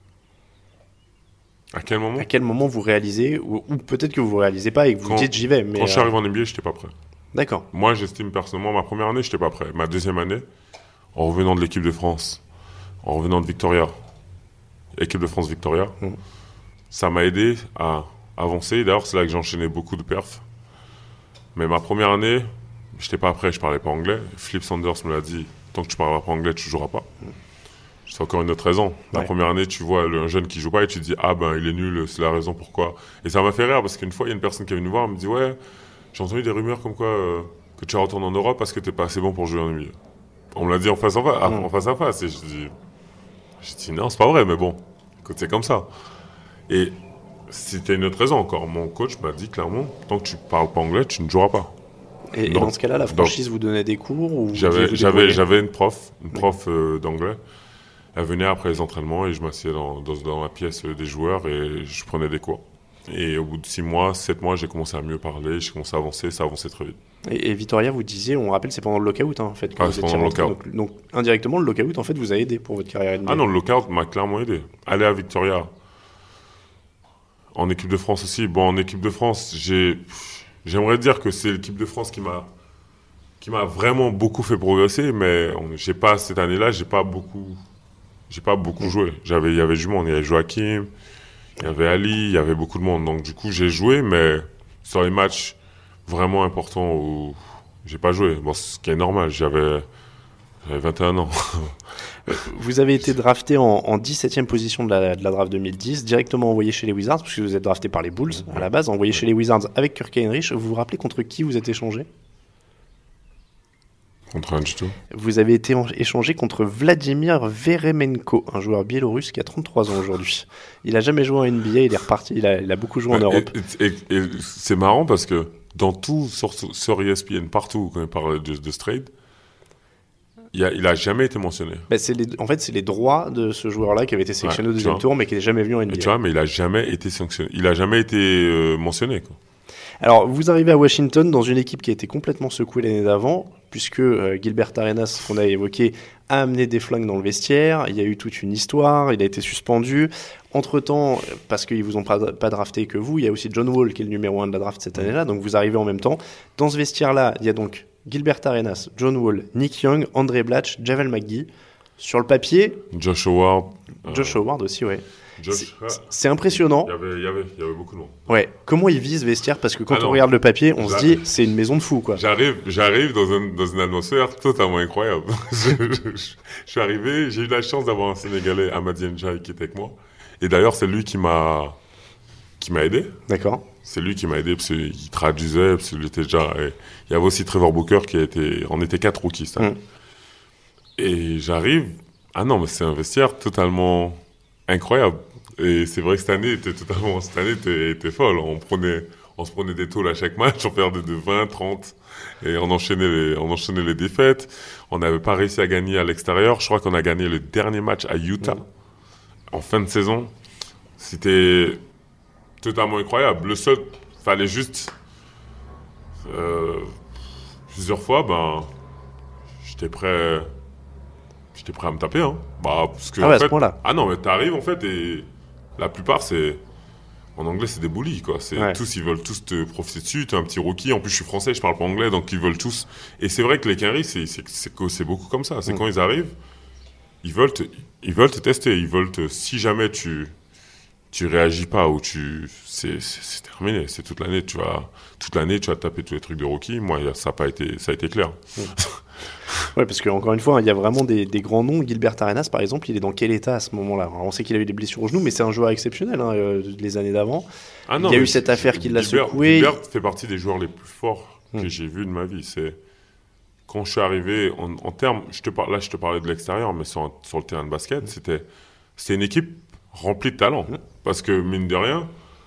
A? À quel moment? À quel moment vous réalisez, ou, ou peut-être que vous ne réalisez pas et que vous quand, dites, j'y vais. Mais quand euh... je suis arrivé en N B A, je n'étais pas prêt. D'accord. Moi, j'estime personnellement, ma première année, je n'étais pas prêt. Ma deuxième année, en revenant de l'équipe de France, en revenant de Victoria, équipe de France Victoria, mmh. ça m'a aidé à avancer. D'ailleurs, c'est là que j'ai enchaîné beaucoup de perfs. Mais ma première année, je n'étais pas prêt, je ne parlais pas anglais. Flip Saunders me l'a dit, tant que tu ne parleras pas anglais, tu ne joueras pas. Mmh. C'est encore une autre raison. La ouais. première année, tu vois un jeune qui ne joue pas et tu te dis « Ah ben, il est nul, c'est la raison pourquoi. » Et ça m'a fait rire parce qu'une fois, il y a une personne qui est venue me voir, elle me dit « Ouais, j'ai entendu des rumeurs comme quoi euh, que tu retournes en Europe parce que tu n'es pas assez bon pour jouer en milieu. » On me l'a dit en face, en face, mmh. en face à face. Et je dis, je dis « Non, c'est pas vrai, mais bon, écoute, c'est comme ça. » Et c'était une autre raison encore. Mon coach m'a dit clairement, tant que tu parles pas anglais, tu ne joueras pas. Et, donc, et dans ce cas-là, la franchise donc, vous donnait des cours ou J'avais, vous j'avais, j'avais une prof, une prof euh, d'anglais. Elle venait après les entraînements et je m'asseyais dans, dans, dans la pièce des joueurs et je prenais des cours. Et au bout de six mois, sept mois, j'ai commencé à mieux parler, j'ai commencé à avancer, ça avançait très vite. Et, et Victoria, vous disiez, on rappelle, c'est pendant le lockout, hein, en fait. Que ah, vous c'est pendant le lockout. Donc, donc, indirectement, le lockout, en fait, vous a aidé pour votre carrière N B A. Ah non, le lockout m'a clairement aidé. Aller à Victoria, en équipe de France aussi. Bon, en équipe de France, j'ai, j'aimerais dire que c'est l'équipe de France qui m'a, qui m'a vraiment beaucoup fait progresser, mais on, j'ai pas, cette année-là, j'ai pas beaucoup, j'ai pas beaucoup joué. J'avais, il y avait du monde, il y avait Joachim, il y avait Ali, il y avait beaucoup de monde. Donc, du coup, j'ai joué, mais sur les matchs vraiment importants où j'ai pas joué. Bon, ce qui est normal, j'avais, j'avais vingt et un ans. Vous avez été drafté en, en dix-septième position de la, de la draft deux mille dix, directement envoyé chez les Wizards, parce que vous êtes drafté par les Bulls à la base, envoyé chez les Wizards avec Kirk Heinrich. Vous vous rappelez contre qui vous êtes échangé? Contre un du tout. Vous avez été en- échangé contre Vladimir Veremenko, un joueur biélorusse qui a trente-trois ans aujourd'hui. Il n'a jamais joué en N B A, il est reparti, il a, il a beaucoup joué en et, Europe. Et, et, et c'est marrant parce que dans tout, sur, sur E S P N, partout, quand il parle de, de ce trade, il a, il a jamais été mentionné. Bah, c'est les, en fait, c'est les droits de ce joueur-là qui avait été sélectionné ouais, au deuxième vois. tour, mais qui n'est jamais venu en N B A. Et tu vois, mais il a jamais été sanctionné. Il a jamais été euh, mentionné, quoi. Alors, vous arrivez à Washington dans une équipe qui a été complètement secouée l'année d'avant, puisque euh, Gilbert Arenas, qu'on a évoqué, a amené des flingues dans le vestiaire. Il y a eu toute une histoire, il a été suspendu. Entre-temps, parce qu'ils vous ont pas, pas drafté que vous, il y a aussi John Wall qui est le numéro un de la draft cette année-là, donc vous arrivez en même temps. Dans ce vestiaire-là, il y a donc Gilbert Arenas, John Wall, Nick Young, André Blatch, Javel McGee. Sur le papier, Josh Howard. Josh euh, Howard aussi, ouais. Josh, c'est, c'est impressionnant. Il y, avait, il, y avait, il y avait beaucoup de monde. Ouais. Comment il vit ce vestiaire? Parce que quand ah on non. regarde le papier, on J'arrive. se dit c'est une maison de fou, quoi. J'arrive, j'arrive dans, un, dans une atmosphère totalement incroyable. je, je, je, je suis arrivé, j'ai eu la chance d'avoir un Sénégalais, Amadi Ndiaye, qui était avec moi. Et d'ailleurs, c'est lui qui m'a, qui m'a aidé. D'accord. C'est lui qui m'a aidé parce qu'il traduisait, parce qu'il était déjà. Et il y avait aussi Trevor Booker qui a été. On était quatre rookies, ça. Mm. Et j'arrive. Ah non, mais c'est un vestiaire totalement incroyable. Et c'est vrai que cette année était totalement. Cette année était, était folle. On prenait, on se prenait des tôles à chaque match, on perdait de vingt, trente. Et on enchaînait les, on enchaînait les défaites. On n'avait pas réussi à gagner à l'extérieur. Je crois qu'on a gagné le dernier match à Utah, mm. en fin de saison. C'était totalement incroyable. Le seul, fallait juste euh, plusieurs fois, ben, j'étais prêt, j'étais prêt à me taper, hein. Bah, parce que ah en ouais, à fait, ce point-là. Ah non, mais t'arrives en fait et la plupart c'est, en anglais c'est des bullies quoi. C'est ouais. Tous ils veulent tous te profiter dessus. T'es un petit rookie. En plus je suis français, je parle pas anglais, donc ils veulent tous. Et c'est vrai que les Quinry, c'est c'est c'est, c'est beaucoup comme ça. C'est mmh. quand ils arrivent, ils veulent te, ils veulent te tester. Ils veulent te, si jamais tu tu réagis pas ou tu c'est, c'est c'est terminé, c'est toute l'année tu vas toute l'année tu vas taper tous les trucs de rookie. Moi ça a pas été ça a été clair. Mmh. Ouais, parce qu'encore une fois, il y a vraiment des, des grands noms. Gilbert Arenas, par exemple, il est dans quel état à ce moment-là? Alors, on sait qu'il a eu des blessures au genou, mais c'est un joueur exceptionnel, hein, euh, les années d'avant. Ah non, il y a eu cette affaire qui l'a secoué. Gilbert fait partie des joueurs les plus forts que mmh. j'ai vus de ma vie. C'est quand je suis arrivé, en, en termes, je te par, là je te parlais de l'extérieur, mais sur, sur le terrain de basket, c'était, c'était une équipe remplie de talent. Mmh. Parce que, mine de rien,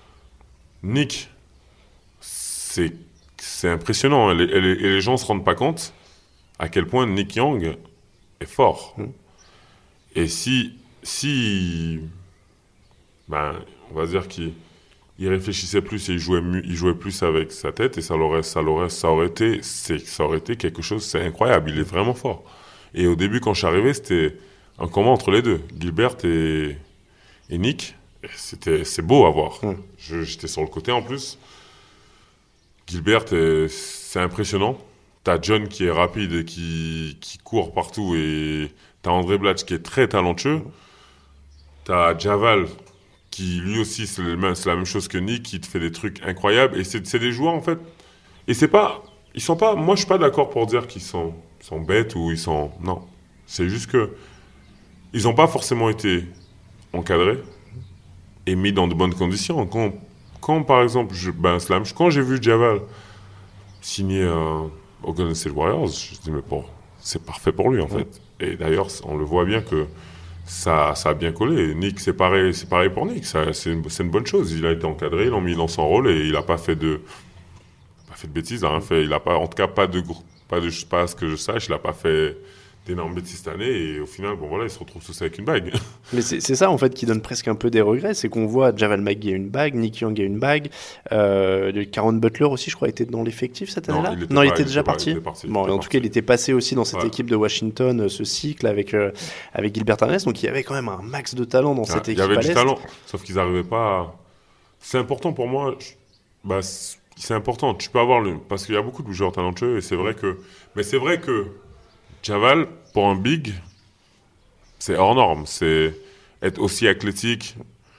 Nick, c'est, c'est impressionnant. Et les, et, les, et les gens ne se rendent pas compte à quel point Nick Young est fort. Mmh. Et si, si ben, on va dire qu'il il réfléchissait plus et il jouait, il jouait plus avec sa tête, et ça, l'aurait, ça, l'aurait, ça, aurait été, c'est, ça aurait été quelque chose, c'est incroyable, il est vraiment fort. Et au début, quand je suis arrivé, c'était un combat entre les deux, Gilbert et, et Nick. Et c'était, c'est beau à voir. Mmh. Je, j'étais sur le côté en plus. Gilbert, est, c'est impressionnant. T'as John qui est rapide et qui, qui court partout, et t'as André Blatch qui est très talentueux. T'as Javal qui lui aussi, c'est, le même, c'est la même chose que Nick, qui te fait des trucs incroyables. Et c'est, c'est des joueurs, en fait. Et c'est pas. Ils sont pas. Moi, je suis pas d'accord pour dire qu'ils sont, sont bêtes ou ils sont. Non. C'est juste que. Ils n'ont pas forcément été encadrés et mis dans de bonnes conditions. Quand, quand par exemple, je, ben, Slam, quand j'ai vu Javal signer euh, au Golden State Warriors, je me dis, mais bon, c'est parfait pour lui, en fait. Et d'ailleurs, on le voit bien que. Ça, ça a bien collé. Nick, c'est pareil, c'est pareil pour Nick. Ça, c'est, une, c'est une bonne chose. Il a été encadré, ils l'ont mis dans son rôle et il n'a pas fait de, pas fait de bêtises. Il a rien fait. Il a pas, en tout cas, pas de, pas de, pas à ce que je sache, il n'a pas fait d'énormes bêtises cette année. Et au final, bon voilà, il se retrouve tous avec une bague. Mais c'est, c'est ça en fait qui donne presque un peu des regrets, c'est qu'on voit Javal McGee a une bague, Nick Young a une bague, euh, Caron Butler aussi, je crois, était dans l'effectif cette année-là. Non, il était, non, pas, il était il déjà était parti. Pas, il était parti. Bon, il était en parti. Tout cas, il était passé aussi dans cette ouais. équipe de Washington, ce cycle avec euh, avec Gilbert Arenas, donc il y avait quand même un max de talent dans ah, cette équipe. Il y avait à du l'Est. talent, sauf qu'ils n'arrivaient pas. À... C'est important pour moi. Je... Bah, c'est important. Tu peux avoir le, parce qu'il y a beaucoup de joueurs talentueux et c'est vrai que, mais c'est vrai que Javal, pour un big, c'est hors norme. C'est être aussi athlétique.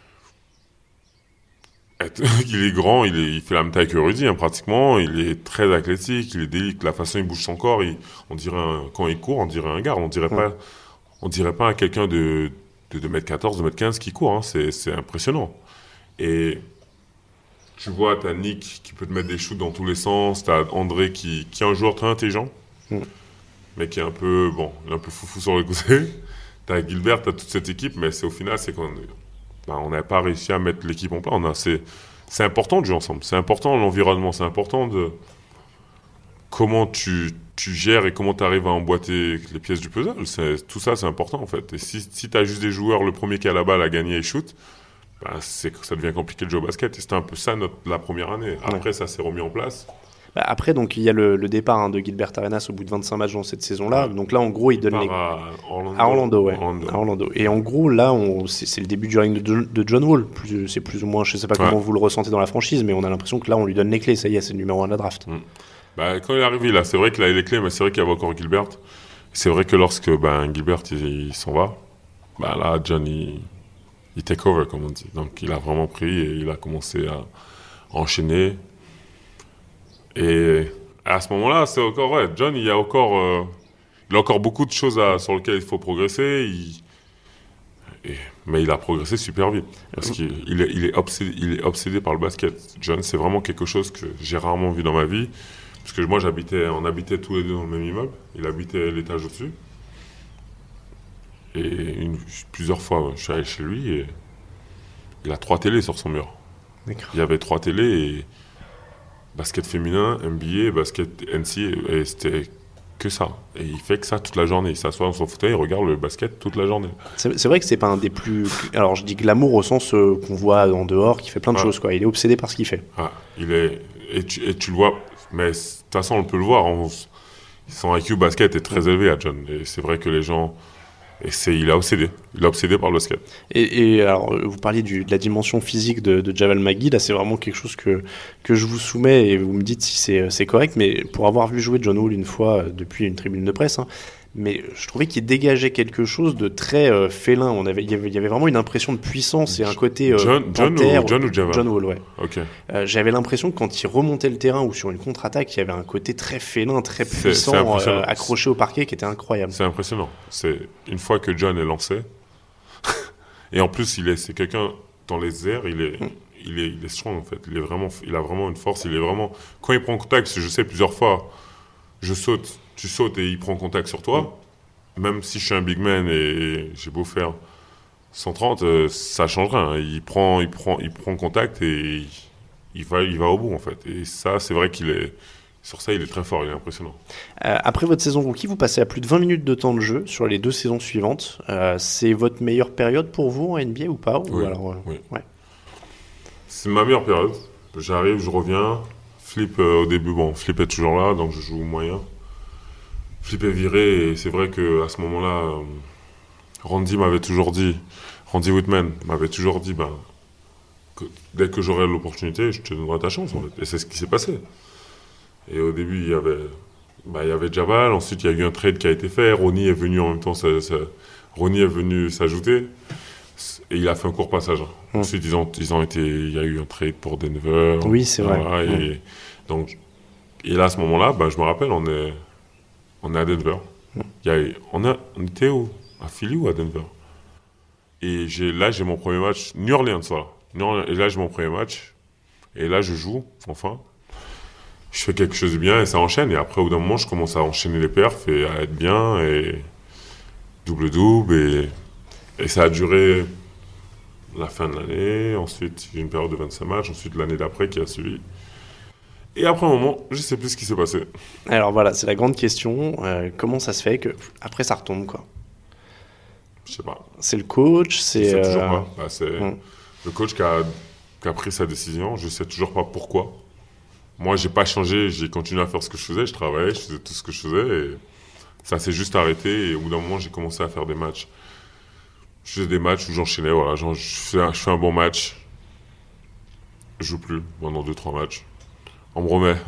Être... il est grand, il, est... il fait la même taille que Rudy, hein, pratiquement. Il est très athlétique, il est délicat. La façon dont il bouge son corps, il... on dirait un... quand il court, on dirait un garde. On dirait ouais. pas, on dirait pas à quelqu'un de, de deux mètres quatorze, deux mètres quinze qui court. Hein. C'est... c'est impressionnant. Et tu vois, t'as Nick qui peut te mettre des shoots dans tous les sens. T'as André qui, qui est un joueur très intelligent. Mm. Mais qui est un peu, bon, il est un peu foufou sur le côté. T'as Gilbert, t'as toute cette équipe, mais c'est au final, c'est qu'on ben, on n'a pas réussi à mettre l'équipe en place. On a, c'est, c'est important de jouer ensemble. C'est important l'environnement. C'est important de comment tu, tu gères et comment tu arrives à emboîter les pièces du puzzle. C'est, tout ça, c'est important en fait. Et si, si t'as juste des joueurs, le premier qui a la balle à gagner et shoot, ben, c'est ça devient compliqué de jouer au basket. Et c'était un peu ça notre, la première année. Après, ouais. ça s'est remis en place. Après, donc, il y a le, le départ hein, de Gilbert Arenas au bout de vingt-cinq matchs dans cette saison-là. Ouais. Donc là, en gros, il donne les... à Orlando. À Orlando, ouais. Orlando. À Orlando. Et en gros, là, on... c'est, c'est le début du règne de, de John Wall. Plus, c'est plus ou moins, je ne sais pas ouais. comment vous le ressentez dans la franchise, mais on a l'impression que là, on lui donne les clés. Ça y est, c'est le numéro un de la draft. Mmh. Bah, quand il est arrivé, là, c'est vrai qu'il a les clés, mais c'est vrai qu'il y avait encore Gilbert. C'est vrai que lorsque ben, Gilbert il, il s'en va, bah, là, John, il, il take over, comme on dit. Donc, il a vraiment pris et il a commencé à enchaîner. Et à ce moment-là, c'est encore ouais, John, il y a encore, euh, il a encore beaucoup de choses à, sur lesquelles il faut progresser. Il, et, mais il a progressé super vite parce qu'il il est, il est obsédé, il est obsédé par le basket. John, c'est vraiment quelque chose que j'ai rarement vu dans ma vie, parce que moi, j'habitais, on habitait tous les deux dans le même immeuble. Il habitait l'étage au-dessus. Et une, plusieurs fois, je suis allé chez lui et il a trois télés sur son mur. D'accord. Il y avait trois télés et basket féminin, N B A, basket N C A, et c'était que ça. Et il fait que ça toute la journée. Il s'assoit dans son fauteuil, il regarde le basket toute la journée. C'est, c'est vrai que c'est pas un des plus... Alors je dis glamour au sens euh, qu'on voit en dehors, qui fait plein de ah. choses, quoi. Il est obsédé par ce qu'il fait. Ah, il est... Et tu, et tu le vois, mais de toute façon on peut le voir. On... Son I Q basket est très élevé à John. Et c'est vrai que les gens... Et c'est, il a obsédé, il a obsédé par le basket. Et, et alors, vous parliez du, de la dimension physique de, de Javal McGee, là c'est vraiment quelque chose que, que je vous soumets et vous me dites si c'est, c'est correct, mais pour avoir vu jouer John Wall une fois depuis une tribune de presse, hein, mais je trouvais qu'il dégageait quelque chose de très euh, félin. On avait, il y avait, il y avait vraiment une impression de puissance et un côté euh, John, John, panthère, ou, John ou Javal John Wall, ouais. Okay. Euh, j'avais l'impression que quand il remontait le terrain ou sur une contre-attaque, il y avait un côté très félin, très puissant, c'est, c'est euh, accroché au parquet, qui était incroyable. C'est impressionnant. C'est une fois que John est lancé, et en plus il est, c'est quelqu'un dans les airs, il est, mm. il est, il est strong en fait. Il est vraiment, il a vraiment une force. Il est vraiment, quand il prend contact, je sais plusieurs fois. je saute, tu sautes et il prend contact sur toi. Mm. Même si je suis un big man et j'ai beau faire cent trente, euh, ça change rien. Il prend, il prend, il prend contact et il, il va, il va au bout en fait. Et ça, c'est vrai qu'il est, sur ça, il est très fort, il est impressionnant. Euh, après votre saison rookie, vous passez à plus de vingt minutes de temps de jeu sur les deux saisons suivantes. Euh, c'est votre meilleure période pour vous en N B A ou pas? Oui, ou alors, euh, oui. Ouais. C'est ma meilleure période. J'arrive, je reviens. Flip, euh, au début, bon, Flip est toujours là, donc je joue moyen. Flip est viré, et c'est vrai qu'à ce moment-là, euh, Randy m'avait toujours dit, Randy Whitman m'avait toujours dit, ben, que dès que j'aurai l'opportunité, je te donnerai ta chance, en fait. Et c'est ce qui s'est passé. Et au début, il y avait, bah, il y avait Jabal, ensuite il y a eu un trade qui a été fait, Ronnie est venu en même temps, ça, ça, Ronnie est venu s'ajouter, et il a fait un court passage. Mmh. Ensuite, ils ont, ils ont été, il y a eu un trade pour Denver. Oui, c'est voilà, vrai. Et, mmh. donc, et là, à ce moment-là, bah, je me rappelle, on est, on est à Denver. Mmh. Il y a, on, a, on était où? À Philly ou à Denver? Et j'ai, là, j'ai mon premier match, New Orleans, voilà. New Orleans, et là, j'ai mon premier match, et là, je joue, enfin. Je fais quelque chose de bien et ça enchaîne. Et après, au bout d'un moment, je commence à enchaîner les perfs et à être bien et double-double. Et, et ça a duré la fin de l'année. Ensuite, j'ai eu une période de vingt-cinq matchs. Ensuite, l'année d'après qui a suivi. Et après un moment, je ne sais plus ce qui s'est passé. Alors voilà, c'est la grande question. Euh, comment ça se fait que après ça retombe, quoi? Je sais pas. C'est le coach, c'est... Je sais euh... toujours pas. Bah, c'est hum. le coach qui a, qui a pris sa décision. Je ne sais toujours pas pourquoi. Moi, j'ai pas changé, j'ai continué à faire ce que je faisais, je travaillais, je faisais tout ce que je faisais et ça s'est juste arrêté et au bout d'un moment, j'ai commencé à faire des matchs. Je faisais des matchs où j'enchaînais, voilà, genre, je, fais un, je fais un bon match, je joue plus pendant deux trois matchs, on me remet,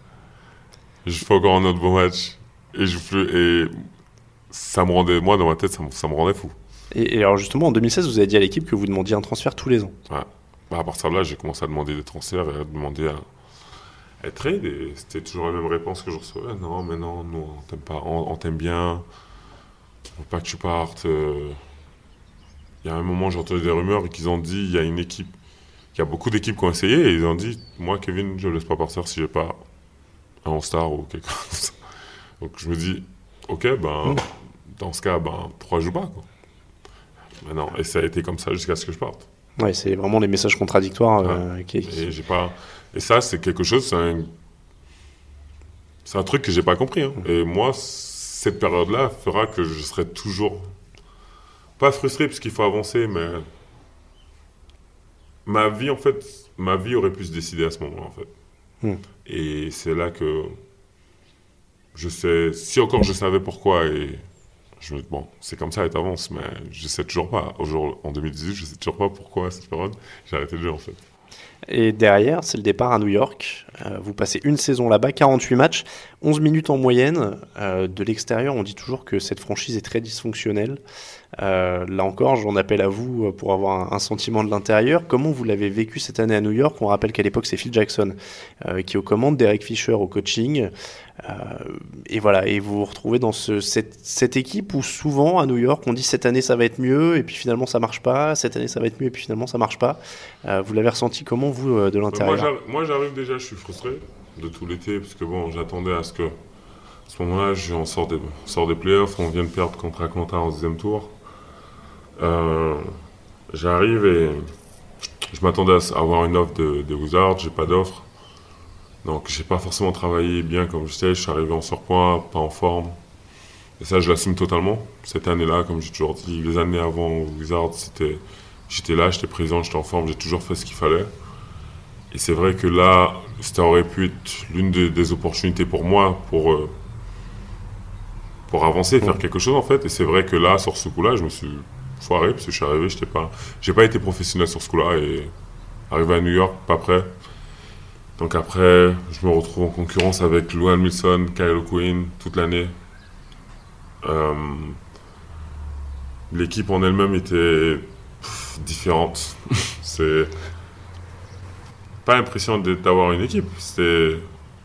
je fais encore un autre bon match et je joue plus et ça me rendait, moi dans ma tête, ça me, ça me rendait fou. Et, et alors justement, en deux mille seize, vous avez dit à l'équipe que vous demandiez un transfert tous les ans. Ouais. Bah, à partir de là, j'ai commencé à demander des transferts et à demander à être trade et c'était toujours la même réponse que je recevais. Non, mais non, nous, on t'aime pas, on, on t'aime bien, on veut pas que tu partes. Il euh... y a un moment, j'ai entendu des rumeurs et qu'ils ont dit, il y a une équipe, il y a beaucoup d'équipes qui ont essayé et ils ont dit, moi, Kevin, je ne laisse pas partir si j'ai pas un All-Star ou quelque chose comme ça. Donc je me dis, ok, ben, mmh. dans ce cas, ben, pourquoi je joue pas, quoi. Mais non, et ça a été comme ça jusqu'à ce que je parte. Ouais, c'est vraiment les messages contradictoires. Ouais. Euh, qui, qui... Et j'ai pas. Et ça, c'est quelque chose, c'est un, c'est un truc que j'ai pas compris. Hein. Et moi, cette période-là fera que je serai toujours pas frustré parce qu'il faut avancer, mais ma vie, en fait, ma vie aurait pu se décider à ce moment-là, en fait. Mm. Et c'est là que je sais, si encore je savais pourquoi, et je me dis, bon, c'est comme ça, et t'avances, mais je sais toujours pas. Aujourd'hui, en deux mille dix-huit, je sais toujours pas pourquoi à cette période, j'ai arrêté le jeu, en fait. Et derrière, c'est le départ à New York. Euh, vous passez une saison là-bas, quarante-huit matchs, onze minutes en moyenne. Euh, de l'extérieur, on dit toujours que cette franchise est très dysfonctionnelle. Euh, là encore, j'en appelle à vous pour avoir un, un sentiment de l'intérieur. Comment vous l'avez vécu cette année à New York? On rappelle qu'à l'époque, c'est Phil Jackson euh, qui est aux commandes, Derek Fisher au coaching. Euh, et voilà, et vous vous retrouvez dans ce, cette, cette équipe où souvent à New York, on dit cette année ça va être mieux, et puis finalement ça marche pas. Cette année ça va être mieux, et puis finalement ça marche pas. Euh, vous l'avez ressenti comment, vous, euh, de l'intérieur? Moi j'arrive, moi, j'arrive déjà, je suis frustré de tout l'été, parce que bon, j'attendais à ce que, à ce moment-là, on sort des, on sort des playoffs, on vient de perdre contre Atlanta en deuxième tour. Euh, j'arrive et je m'attendais à avoir une offre de, de Wizards, j'ai pas d'offre. Donc j'ai pas forcément travaillé bien comme je sais, je suis arrivé en surpoids, pas en forme. Et ça, je l'assume totalement. Cette année-là, comme j'ai toujours dit, les années avant au Wizards, c'était, j'étais là, j'étais présent, j'étais en forme, j'ai toujours fait ce qu'il fallait. Et c'est vrai que là, ça aurait pu être l'une des, des opportunités pour moi pour, euh, pour avancer, faire quelque chose en fait. Et c'est vrai que là, sur ce coup-là, je me suis foiré parce que je suis arrivé, j'étais pas, j'ai pas été professionnel sur ce coup-là et arrivé à New York, pas prêt. Donc après, je me retrouve en concurrence avec Lou Hamilton, Kyle Quinn toute l'année. Euh, l'équipe en elle-même était pff, différente. C'est pas impressionnant d'avoir une équipe. C'était,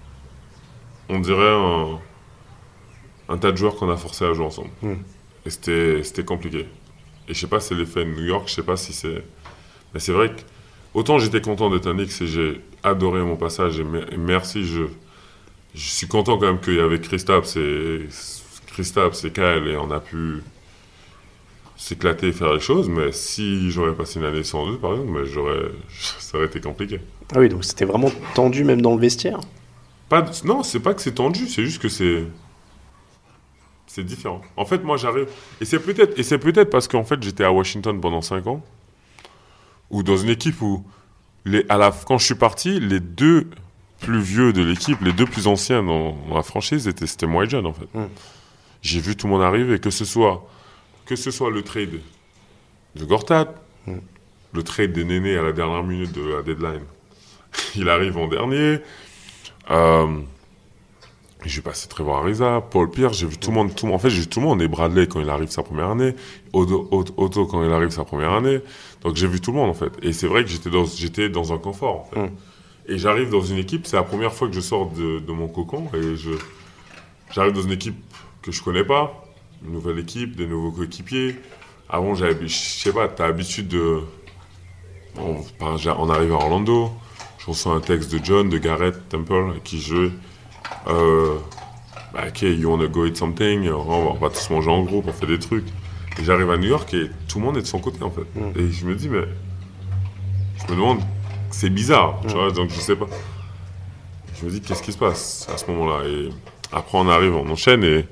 on dirait, un, un tas de joueurs qu'on a forcé à jouer ensemble. Mm. Et c'était, c'était compliqué. Et je sais pas si c'est l'effet de New York, je sais pas si c'est... Mais c'est vrai que autant j'étais content d'être un Knicks et j'ai adoré mon passage et merci, je, je suis content quand même qu'il y avait Kristaps et, Kristaps et Kyle et on a pu s'éclater et faire les choses, mais si j'aurais passé une année sans eux, par exemple, mais j'aurais, ça aurait été compliqué. Ah oui, donc c'était vraiment tendu même dans le vestiaire. Pas, non, c'est pas que c'est tendu, c'est juste que c'est, c'est différent. En fait, moi, j'arrive, et c'est peut-être, et c'est peut-être parce qu'en fait, j'étais à Washington pendant cinq ans, ou dans une équipe où, les, à la, quand je suis parti, les deux plus vieux de l'équipe, les deux plus anciens dans, dans la franchise, étaient, c'était moi et John, en fait. Mm. J'ai vu tout le monde arriver, que ce soit Que ce soit le trade de Gortat, mm. le trade de Néné à la dernière minute de la deadline, il arrive en dernier. Euh, j'ai passé Trevor Ariza, Paul Pierce, j'ai vu tout le monde. Tout, en fait, j'ai vu tout le monde. Et Bradley quand il arrive sa première année, Otto, Otto, Otto quand il arrive sa première année. Donc j'ai vu tout le monde en fait. Et c'est vrai que j'étais dans, j'étais dans un confort. En fait. Mm. Et j'arrive dans une équipe, c'est la première fois que je sors de, de mon cocon. Et je, j'arrive dans une équipe que je connais pas. Une nouvelle équipe, des nouveaux coéquipiers. Avant, j'avais, je sais pas, t'as l'habitude de... On, on arrive à Orlando, je reçois un texte de John, de Garrett Temple, qui jouait. Euh, bah, ok, you wanna go eat something, on va pas tous manger en groupe, on fait des trucs. Et j'arrive à New York et tout le monde est de son côté, en fait. Mm. Et je me dis, mais... Je me demande, c'est bizarre, mm. tu vois, donc je sais pas. Je me dis, qu'est-ce qui se passe à ce moment-là? Et après, on arrive, on enchaîne et...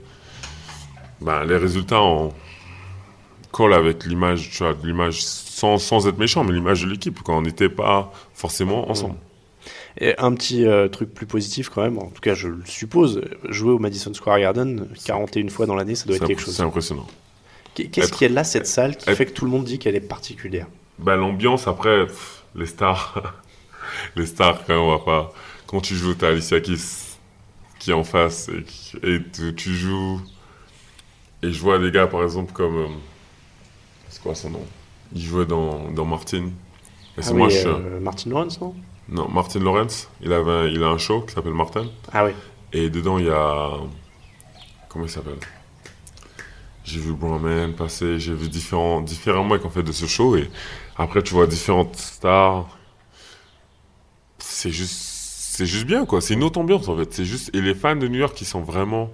Ben, les résultats en collent avec l'image, tu vois, l'image sans, sans être méchant, mais l'image de l'équipe, quand on n'était pas forcément ensemble. Et un petit euh, truc plus positif quand même, en tout cas je le suppose, jouer au Madison Square Garden quarante et une fois dans l'année, ça doit être c'est quelque chose. C'est impressionnant. Qu'est-ce être, qui est là, cette salle, qui être, fait que tout le monde dit qu'elle est particulière? Ben, l'ambiance, après, pff, les stars, les stars, quand même, on va pas... Quand tu joues, t'as Alicia Keys qui est en face, et, et tu, tu joues... Et je vois des gars, par exemple, comme... Euh, c'est quoi son nom? Il jouait dans, dans Martin. Et ah c'est oui, moi, euh, je... Martin Lawrence, non? Non, Martin Lawrence. Il, avait un, il a un show qui s'appelle Martin. Ah oui. Et dedans, il y a... Comment il s'appelle? J'ai vu Brownman passer, j'ai vu différents, différents mecs, en fait, de ce show. Et après, tu vois différentes stars. C'est juste... C'est juste bien, quoi. C'est une autre ambiance, en fait. C'est juste... Et les fans de New York, qui sont vraiment...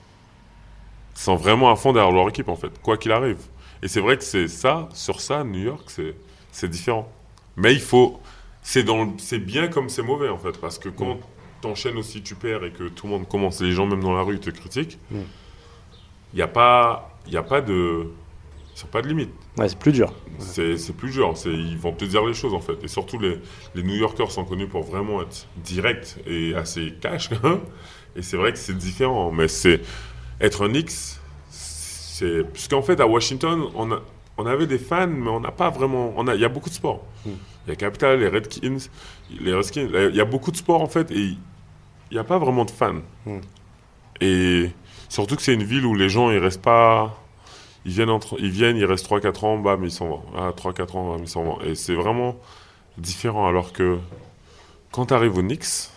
sont vraiment à fond derrière leur équipe, en fait, quoi qu'il arrive. Et c'est vrai que c'est ça, sur ça, New York, c'est, c'est différent. Mais il faut... C'est, dans le, c'est bien comme c'est mauvais, en fait, parce que quand mm. t'enchaînes aussi, tu perds, et que tout le monde commence, les gens, même dans la rue, te critiquent, il mm. n'y a pas... Il n'y a pas de... Ils sont pas de limite. Ouais, c'est plus dur. C'est, c'est plus dur. C'est, ils vont te dire les choses, en fait. Et surtout, les, les New Yorkers sont connus pour vraiment être directs et assez cash. Et c'est vrai que c'est différent. Mais c'est... Être un Knicks, c'est... Puisqu'en fait, à Washington, on, a... on avait des fans, mais on n'a pas vraiment... On a... Il y a beaucoup de sports. Mm. Il y a Capital, les Redskins, les Redskins. Il y a beaucoup de sports, en fait, et il n'y a pas vraiment de fans. Mm. Et... Surtout que c'est une ville où les gens, ils restent pas... Ils viennent, entre... ils, viennent ils restent trois quatre ans, bam, ils s'en vont. Ah, trois quatre ans, bam, ils s'en vont. Et c'est vraiment différent. Alors que quand tu arrives aux Knicks,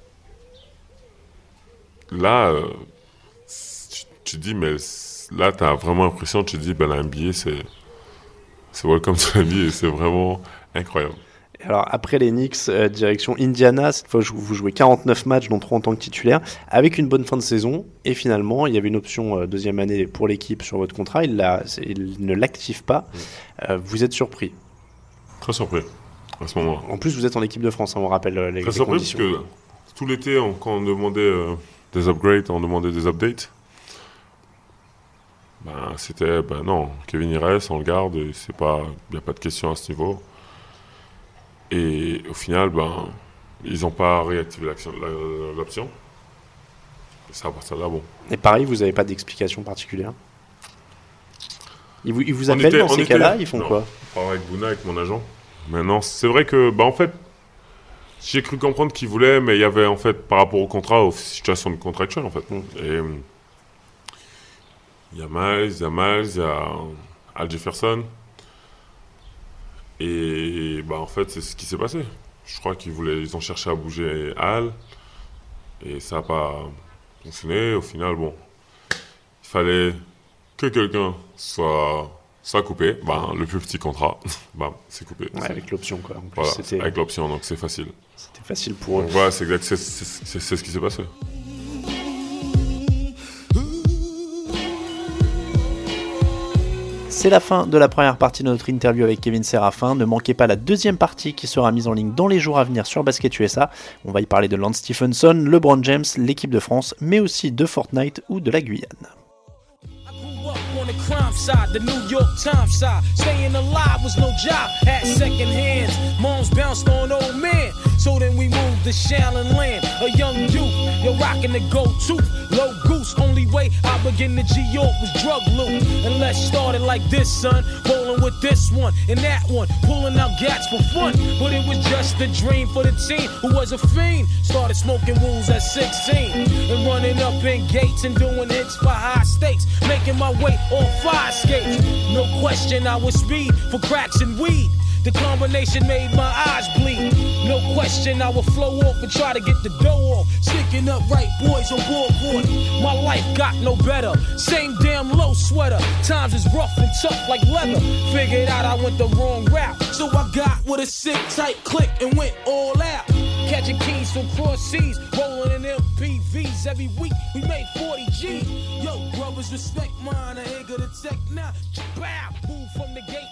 là, euh, tu, tu dis, mais là, tu as vraiment l'impression, tu te dis, ben, la N B A, c'est, c'est welcome to la N B A, c'est vraiment incroyable. Alors, après les Knicks, euh, direction Indiana, cette fois vous jouez quarante-neuf matchs, dont trois en tant que titulaire, avec une bonne fin de saison. Et finalement, il y avait une option euh, deuxième année pour l'équipe sur votre contrat. Il, l'a, il ne l'active pas. Euh, vous êtes surpris? Très surpris, à ce moment-là. En plus, vous êtes en équipe de France, hein, on rappelle euh, les, Très les surpris conditions. parce que tout l'été, on, quand on demandait euh, des upgrades, on demandait des updates. Ben, c'était, ben non, Kevin il reste, on le garde, il n'y a pas de question à ce niveau. Et au final, ben, ils n'ont pas réactivé l'action, l'option. Et ça, à partir de là, bon. Et pareil, vous n'avez pas d'explication particulière? Ils vous, ils vous appellent était, dans ces était, cas-là, ils font non, quoi? On parle avec Bouna, avec mon agent. Maintenant, c'est vrai que, ben, en fait, j'ai cru comprendre qu'ils voulaient, mais il y avait, en fait, par rapport au contrat, aux situations de contractuelles, en fait. Mm. Et il y a Miles, il y a Miles, il y a Al Jefferson. Et bah en fait, c'est ce qui s'est passé. Je crois qu'ils voulaient, ils ont cherché à bouger Al, et ça n'a pas fonctionné. Au final, bon, il fallait que quelqu'un soit, soit coupé. Ben, le plus petit contrat, ben, c'est coupé. Ouais, c'est... avec l'option, quoi. En plus, voilà, c'était... avec l'option, donc c'est facile. C'était facile pour eux. Donc voilà, c'est exact, c'est, c'est, c'est, c'est ce qui s'est passé. c'est la fin de la première partie de notre interview avec Kevin Séraphin. Ne manquez pas la deuxième partie qui sera mise en ligne dans les jours à venir sur Basket U S A. On va y parler de Lance Stephenson, LeBron James, l'équipe de France, mais aussi de Fortnite ou de la Guyane. On the crime side, the New York Times side. Staying alive was no job, had second hands. Moms bounced on old men. So then we moved to Shaolin Land. A young youth, you're rocking the gold tooth. Low goose, only way I begin to G-York was drug loot. And let's start it like this, son. Rolling with this one and that one. Pulling out gats for fun. But it was just a dream for the team who was a fiend. Started smoking wools at sixteen. And running up in gates and doing hits for high stakes. Making my way on fire skates. No question I was speed for cracks and weed. The combination made my eyes bleed. No question I would flow off and try to get the dough off. Sticking up right boys on board. My life got no better. Same damn low sweater. Times is rough and tough like leather. Figured out I went the wrong route. So I got with a sick tight click and went all out. Catching keys from cross seas, rolling in M P Vs. Every week we made forty G's. Yo, brothers respect mine. I ain't gonna tech now. Bow, move from the gate.